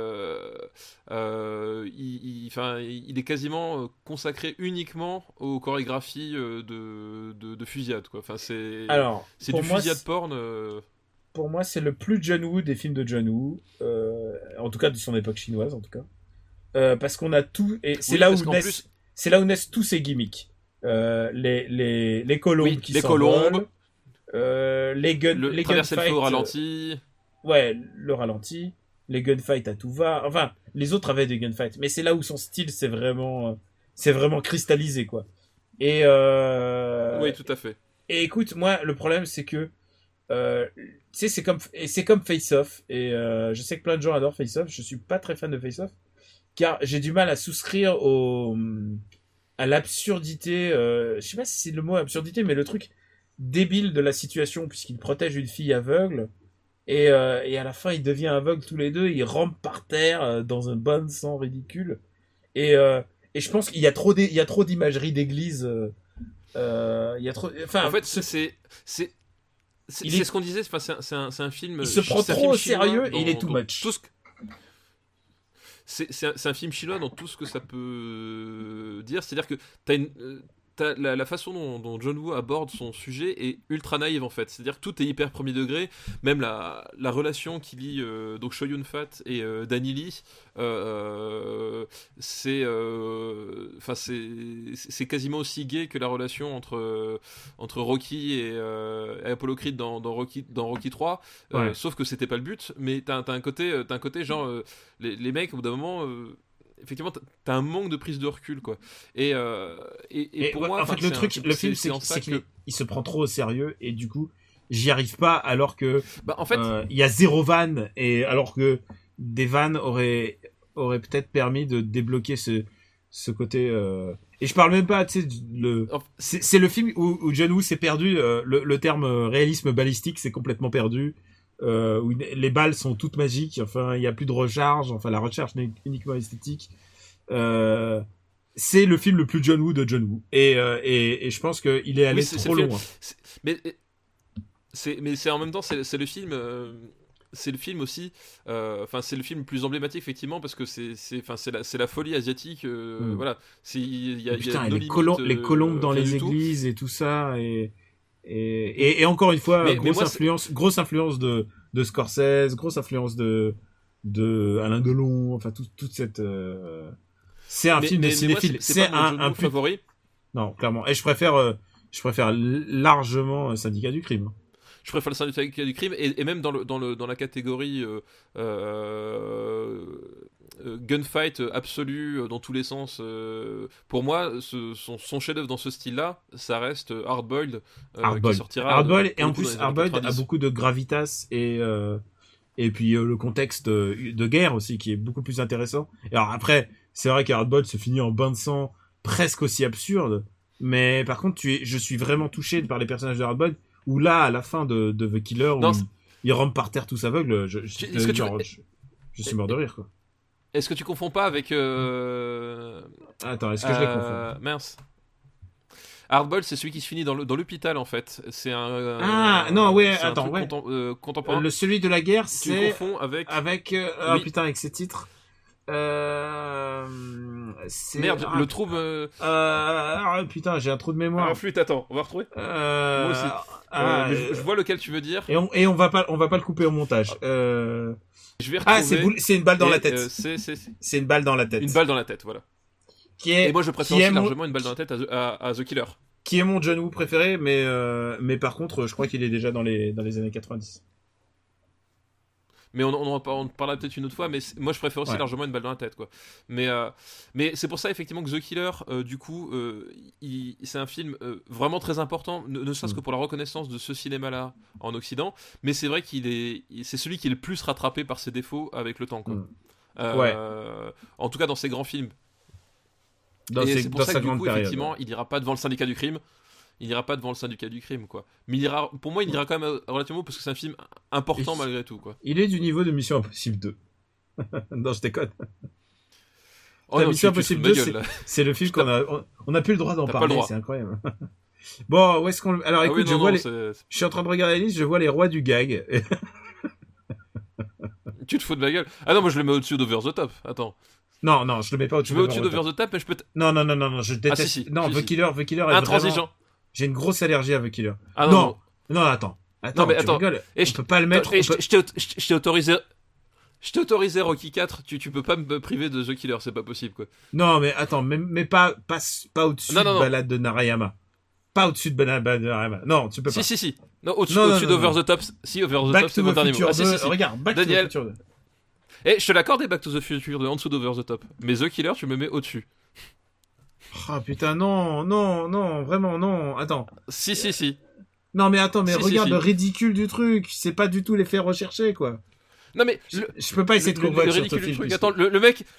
il est quasiment consacré uniquement aux chorégraphies de fusillade, quoi. Enfin, Alors, c'est pour du moi, fusillade porn. Pour moi, c'est le plus John Woo des films de John Woo. En tout cas, de son époque chinoise, en tout cas. Parce qu'on a tout... Et c'est Oui, là parce où qu'en naissent... plus- C'est là où naissent tous ces gimmicks. Les colombes Oui, qui les s'envolent, colombes, les traverser le feu gunfights, au ralenti. ouais, le ralenti, les gunfights à tout va. Enfin, les autres avaient des gunfights, mais c'est là où son style c'est vraiment cristallisé, quoi. Et Oui, tout à fait. et écoute, moi, le problème c'est que tu sais, c'est comme Face Off, et je sais que plein de gens adorent Face Off. Je suis pas très fan de Face Off car j'ai du mal à souscrire à l'absurdité, je sais pas si c'est le mot absurdité, mais le truc débile de la situation, puisqu'il protège une fille aveugle, et à la fin, il devient aveugle tous les deux, ils rampent par terre dans un bain de sang ridicule, et je pense qu'il y a trop d'imagerie d'église, il y a trop, enfin, En fait, c'est Il est- ce qu'on disait. Enfin, c'est un film. il se prend c'est un trop film au chinois sérieux et il est dans too much. tout ce que- c'est un film chinois dans tout ce que ça peut dire. C'est-à-dire que t'as la façon dont John Woo aborde son sujet est ultra naïve en fait. C'est-à-dire que tout est hyper premier degré. Même la relation qui lie donc Chow Yun-fat et Danny Lee, c'est quasiment aussi gay que la relation entre Rocky et Apollo Creed dans Rocky 3. Ouais. Sauf que c'était pas le but. Mais t'as un côté genre les mecs au bout d'un moment. Effectivement, t'as un manque de prise de recul, quoi. Et pour ouais, moi, en fait, le truc, le film, c'est en ça qu'il se prend trop au sérieux, et du coup, j'y arrive pas, alors que bah, en fait, il y a zéro vanne, et alors que des vannes auraient peut-être permis de débloquer ce côté. Et je parle même pas, tu sais, c'est le film où John Woo s'est perdu. Le terme réalisme balistique s'est complètement perdu. Où les balles sont toutes magiques, enfin il y a plus de recharge, enfin la recharge n'est uniquement esthétique. C'est le film le plus John Woo de John Woo, et je pense que il est allé trop loin. Mais c'est en même temps c'est le film. C'est le film aussi, enfin c'est le film le plus emblématique effectivement parce que c'est la folie asiatique, voilà. Il y a les colombes dans les églises et tout ça, et encore une fois, grosse influence de Scorsese, grosse influence de Alain Delon, enfin toute cette. C'est un film de cinéphile. C'est un favori. Non, clairement. Et je préfère largement Syndicat du crime. Je préfère le Syndicat du crime et même dans la catégorie gunfight absolu dans tous les sens. Pour moi, son chef-d'œuvre dans ce style-là, ça reste Hardboiled, qui sortira. Hardboiled, et en plus, Hardboiled a beaucoup de gravitas et puis le contexte de guerre aussi qui est beaucoup plus intéressant. Et alors après, c'est vrai qu'Hardboiled se finit en bain de sang presque aussi absurde, mais par contre, je suis vraiment touché par les personnages de Hardboiled, où là, à la fin de The Killer, où il rampe par terre tous aveugle, je suis mort de rire, quoi. Est-ce que tu confonds pas avec... Attends, est-ce que je les confonds? Mince. Hardboiled, c'est celui qui se finit dans l'hôpital, en fait. C'est non, ouais, c'est attends, ouais. Contemporain. Celui de la guerre, c'est... Tu confonds avec... oui. Putain, avec ces titres... le trouble... putain, j'ai un trou de mémoire. Ah, flûte, attends, on va retrouver. Moi aussi. Je vois lequel tu veux dire. Et on va pas le couper au montage. Je vais retrouver. C'est une balle dans la tête. C'est une balle dans la tête. Une balle dans la tête, voilà. Et moi, je préfère aussi largement une balle dans la tête à The Killer. Qui est mon John Woo préféré, mais par contre, je crois qu'il est déjà dans les années 90. Mais on en parlera peut-être une autre fois, mais moi je préfère aussi largement une balle dans la tête, quoi. Mais c'est pour ça effectivement que The Killer, du coup, c'est un film vraiment très important, ne serait-ce que pour la reconnaissance de ce cinéma-là en Occident, mais c'est vrai c'est celui qui est le plus rattrapé par ses défauts avec le temps, quoi. En tout cas dans ses grands films. C'est pour ça que du coup, effectivement, il ira pas devant le syndicat du crime. Quoi. Mais pour moi, il ira quand même relativement parce que c'est un film important malgré tout, quoi. Il est du niveau de Mission Impossible 2. Non, je déconne. Mission Impossible 2, c'est le film on a plus le droit d'en parler, c'est incroyable. Bon, où est-ce qu'on... Alors écoute, je suis en train de regarder la liste, je vois les rois du gag. Tu te fous de ma gueule? Ah non, moi je le mets au-dessus d'Over the Top, attends. Non, je le mets pas au-dessus d'Over the Top, mais je peux... Non, je déteste... The Killer est intransigeant. J'ai une grosse allergie à The Killer. Ah non, attends. Non, mais attends. Rigoles. Et on peut pas le mettre. Je t'ai autorisé. Je t'ai autorisé Rocky 4. Tu peux pas me priver de The Killer, c'est pas possible, quoi. Non, mais attends, mais pas au-dessus de Balade de Narayama. Pas au-dessus de Balade de Narayama. Non, tu peux pas. Si. Non, au-dessus d'Over the Top. Si, Over the Top, c'est mon dernier mot. Si. Regarde, Back to the Future 2. Je te l'accorde, Back to the Future 2 en dessous d'Over the Top. Mais The Killer, tu me mets au-dessus. Ah putain, non, vraiment non, attends. Si. Non mais attends, regarde le ridicule du truc, c'est pas du tout l'effet recherché, quoi. Non mais je peux pas essayer de convaincre sur ce film. Truc. Attends, le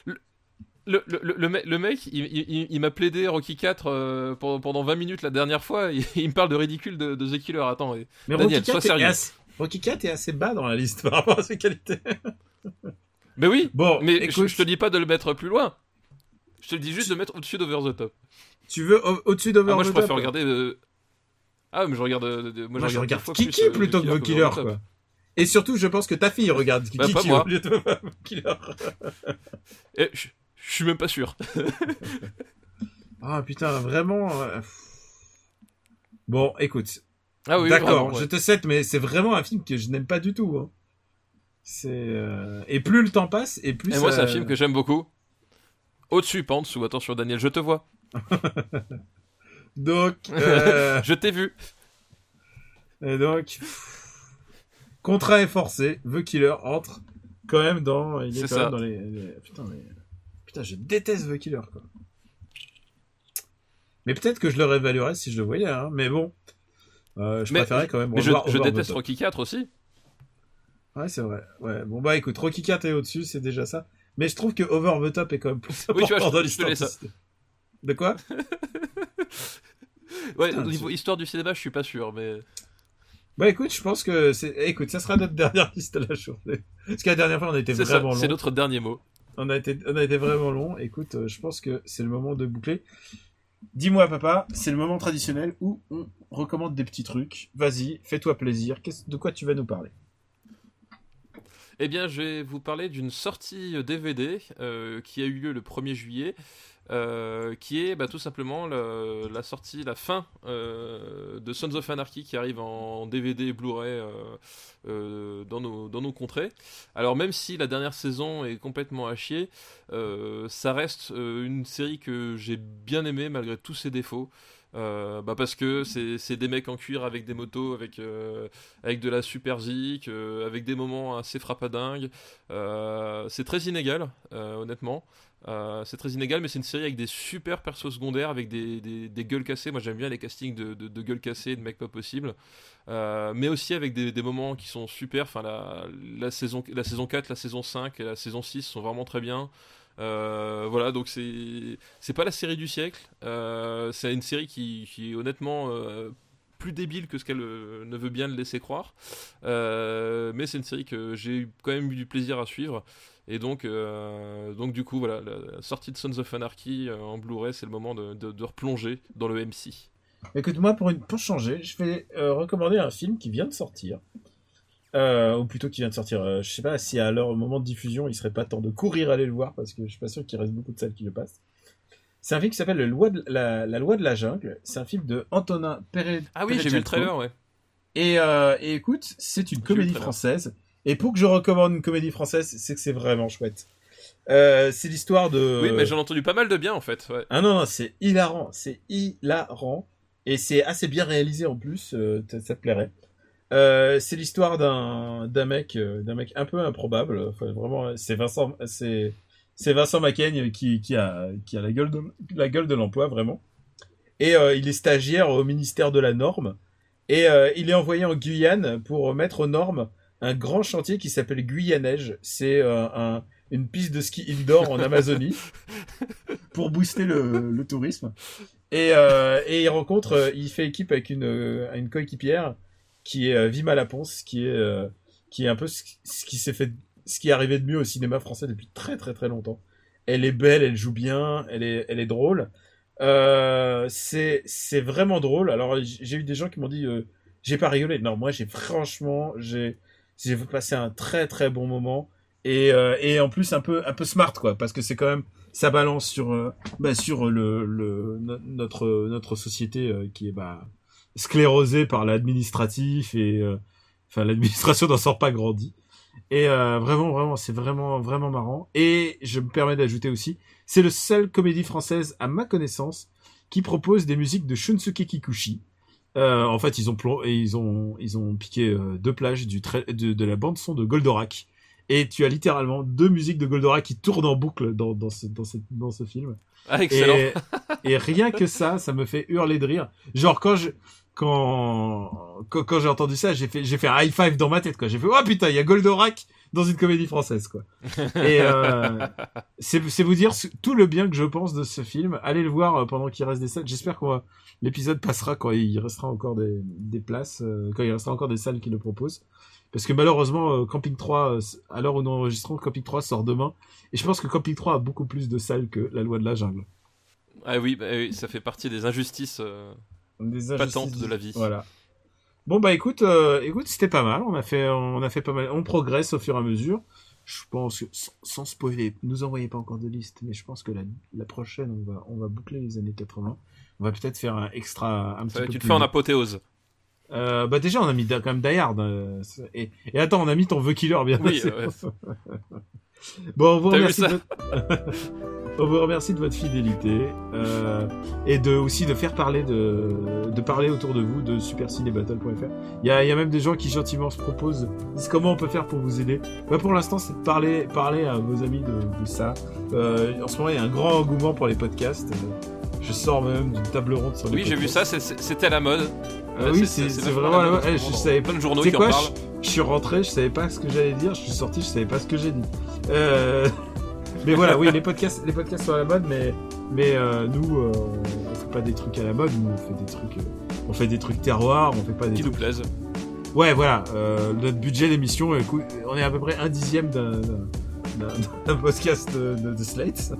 mec, il m'a plaidé Rocky 4 pendant 20 minutes la dernière fois, il me parle de ridicule de The Killer, attends. Mais Daniel, sois sérieux. Rocky 4 est assez bas dans la liste par rapport à ses qualités. Mais oui, bon, mais écoute, je te dis pas de le mettre plus loin. Je te dis juste de mettre au-dessus d'Over the Top. Tu veux au-dessus d'Over the Top? Moi, je préfère regarder... Ah, mais je regarde... Moi, je regarde Kiki plutôt que The Killer, quoi. Et surtout, je pense que ta fille regarde Kiki au lieu de The Killer. Je suis même pas sûr. Ah, putain, vraiment... Bon, écoute. Ah oui, d'accord, vraiment, je te cède, mais c'est vraiment un film que je n'aime pas du tout. Hein. Et plus le temps passe, et plus... Et moi, c'est un film que j'aime beaucoup. Au-dessus, pas en dessous. Attention, Daniel, je te vois. Donc... je t'ai vu. Et donc... Contrat est forcé. The Killer entre quand même dans... Il est quand même dans les... Putain, je déteste The Killer, quoi. Mais peut-être que je le réévaluerais si je le voyais, hein. Mais bon... je préférais quand même... Mais je déteste Rocky 4 aussi. Ouais, c'est vrai. Ouais. Bon, bah écoute, Rocky 4 est au-dessus, c'est déjà ça. Mais je trouve que Over the Top est quand même plus important dans l'histoire. De quoi? Ouais, putain, au niveau histoire du cinéma, je suis pas sûr, mais... Bah écoute, je pense que écoute, ça sera notre dernière liste de la journée. Parce que la dernière fois, on a été vraiment long. C'est notre dernier mot. On a été vraiment long. Écoute, je pense que c'est le moment de boucler. Dis-moi, papa, c'est le moment traditionnel où on recommande des petits trucs. Vas-y, fais-toi plaisir. De quoi tu vas nous parler? Eh bien, je vais vous parler d'une sortie DVD qui a eu lieu le 1er juillet, qui est tout simplement la fin de Sons of Anarchy qui arrive en DVD et Blu-ray dans nos contrées. Alors même si la dernière saison est complètement à chier, ça reste une série que j'ai bien aimée malgré tous ses défauts. Parce que c'est des mecs en cuir avec des motos, avec de la super zik, avec des moments assez frappadingues. C'est très inégal, honnêtement. C'est très inégal, mais c'est une série avec des super persos secondaires, avec des gueules cassées. Moi j'aime bien les castings de gueules cassées, de mecs pas possibles. Mais aussi avec des moments qui sont super. Enfin, la saison 4, la saison 5 et la saison 6 sont vraiment très bien. Voilà, donc c'est pas la série du siècle. C'est une série qui est honnêtement plus débile que ce qu'elle ne veut bien le laisser croire. Mais c'est une série que j'ai quand même eu du plaisir à suivre. Et donc du coup, voilà, la sortie de Sons of Anarchy en Blu-ray, c'est le moment de replonger dans le MC. Écoute, moi, pour changer, je vais recommander un film qui vient de sortir. Ou plutôt qui vient de sortir. Je sais pas si à leur moment de diffusion, il serait pas temps de courir aller le voir, parce que je suis pas sûr qu'il reste beaucoup de salles qui le passent. C'est un film qui s'appelle La loi de la jungle. C'est un film de Antonin Perret. Ah oui, j'ai vu le trailer, ouais. Et écoute, c'est une comédie française. Et pour que je recommande une comédie française, c'est que c'est vraiment chouette. C'est l'histoire de... Oui, mais j'en ai entendu pas mal de bien, en fait. Ouais. Ah non, c'est hilarant. C'est hilarant. Et c'est assez bien réalisé, en plus. Ça te plairait. C'est l'histoire d'un mec un peu improbable. Enfin, vraiment, c'est Vincent Macaigne qui a la gueule de l'emploi, vraiment. Et il est stagiaire au ministère de la Norme. Et il est envoyé en Guyane pour mettre aux normes un grand chantier qui s'appelle Guyanège. C'est une piste de ski indoor en Amazonie pour booster le tourisme. Et il fait équipe avec une coéquipière qui est Vima Laponce, qui est un peu ce qui est arrivé de mieux au cinéma français depuis très très très longtemps. Elle est belle, elle joue bien, elle est drôle. C'est vraiment drôle. Alors j'ai eu des gens qui m'ont dit j'ai pas rigolé. Non, moi j'ai passé un très très bon moment et en plus un peu smart, quoi, parce que c'est quand même, ça balance sur notre société qui est sclérosée par l'administratif et l'administration n'en sort pas grandi. Et vraiment c'est vraiment marrant. Et je me permets d'ajouter aussi, c'est le seul comédie française à ma connaissance qui propose des musiques de Shunsuke Kikuchi. En fait, ils ont piqué 2 plages de la bande son de Goldorak. Et tu as littéralement 2 musiques de Goldorak qui tournent en boucle dans ce film. Ah, excellent. Et rien que ça me fait hurler de rire. Genre quand j'ai entendu ça, j'ai fait un high five dans ma tête, quoi. J'ai fait oh putain, il y a Goldorak dans une comédie française, quoi. Et c'est vous dire tout le bien que je pense de ce film. Allez le voir pendant qu'il reste des salles. J'espère l'épisode passera quand il restera encore des places, quand il restera encore des salles qui le proposent. Parce que malheureusement, Camping 3, à l'heure où nous enregistrons, Camping 3 sort demain. Et je pense que Camping 3 a beaucoup plus de salles que La Loi de la Jungle. Ah oui, ça fait partie des injustices patentes de la vie. Voilà. Bon écoute, c'était pas mal. On a fait pas mal. On progresse au fur et à mesure. Je pense que, sans spoiler, nous envoyez pas encore de liste, mais je pense que la prochaine, on va boucler les années 80. On va peut-être faire un extra, un petit peu. Tu te fais en apothéose. Déjà, on a mis quand même Die Hard. Et attends, on a mis ton The Killer bien. Oui. Bon, on vous remercie de votre fidélité et aussi de faire parler de parler autour de vous de supercinébattle.fr. Il y a même des gens qui gentiment se proposent, disent comment on peut faire pour vous aider. Pour l'instant, c'est de parler à vos amis de ça. En ce moment, il y a un grand engouement pour les podcasts. Je sors même d'une table ronde sur les podcasts. J'ai vu ça, c'était à la mode. Oui, c'est vraiment à la mode. Je savais plein de journaux qui en parlent. Je suis rentré, je savais pas ce que j'allais dire. Je suis sorti, je savais pas ce que j'ai dit. Mais voilà, oui, les podcasts sont à la mode, mais nous, on fait pas des trucs à la mode. Nous, on fait des trucs terroirs. On fait pas des qui trucs nous plaisent. Ouais, voilà. Notre budget d'émission, écoute, on est à peu près 1/10 d'un podcast de Slate.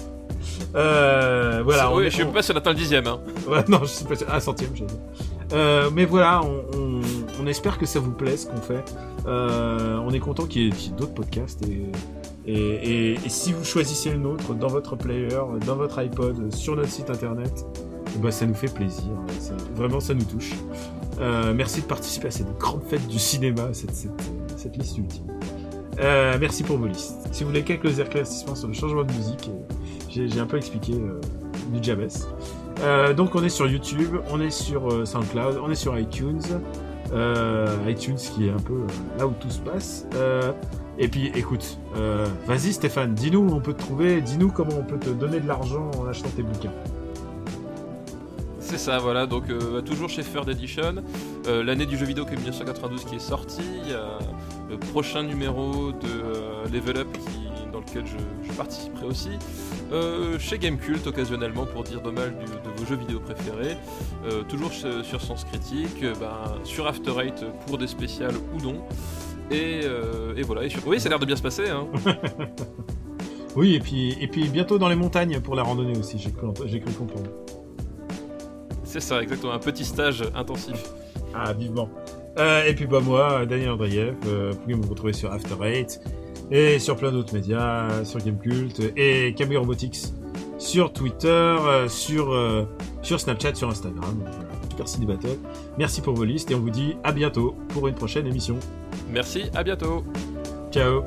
Voilà. Je sais pas si on atteint le 10e. Hein. Ouais, non, je sais pas. 1/100, j'ai dit. Mais voilà, on espère que ça vous plaît ce qu'on fait. On est content qu'il y ait d'autres podcasts et si vous choisissez le nôtre dans votre player, dans votre iPod, sur notre site internet, ça nous fait plaisir. Vraiment, ça nous touche. Merci de participer à cette grande fête du cinéma, cette liste ultime. Merci pour vos listes. Si vous voulez quelques éclaircissements sur le changement de musique, j'ai un peu expliqué du Jabez. Donc on est sur YouTube, on est sur SoundCloud, on est sur iTunes. iTunes qui est un peu là où tout se passe. Et puis écoute, vas-y Stéphane, dis-nous où on peut te trouver, dis-nous comment on peut te donner de l'argent en achetant tes bouquins. C'est ça, voilà, donc toujours chez Third Edition, l'année du jeu vidéo qui est 1992 qui est sorti, il y a le prochain numéro de Level Up dans lequel je participerai aussi, chez Gamecult occasionnellement pour dire de mal de vos jeux vidéo préférés, toujours sur Sens Critique, sur After Eight pour des spéciales ou non, et voilà, oui ça a l'air de bien se passer hein. Oui, et puis bientôt dans les montagnes pour la randonnée aussi, j'ai cru comprendre. C'est ça, exactement, un petit stage intensif. Ah, vivement. Et puis moi, Daniel Andreev, vous pouvez me retrouver sur After Eight et sur plein d'autres médias, sur Gamecult et Camille Robotics sur Twitter, sur Snapchat, sur Instagram. Voilà. Super Ciné Battle. Merci pour vos listes et on vous dit à bientôt pour une prochaine émission. Merci, à bientôt. Ciao.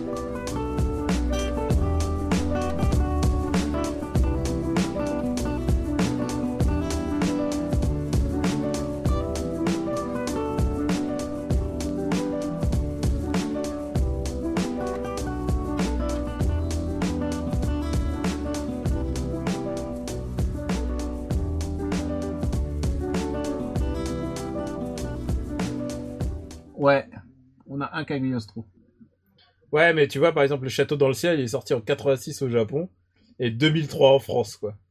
Ouais, on a un Cagliostro. Ouais, mais tu vois, par exemple, le Château dans le ciel, il est sorti en 86 au Japon et 2003 en France, quoi.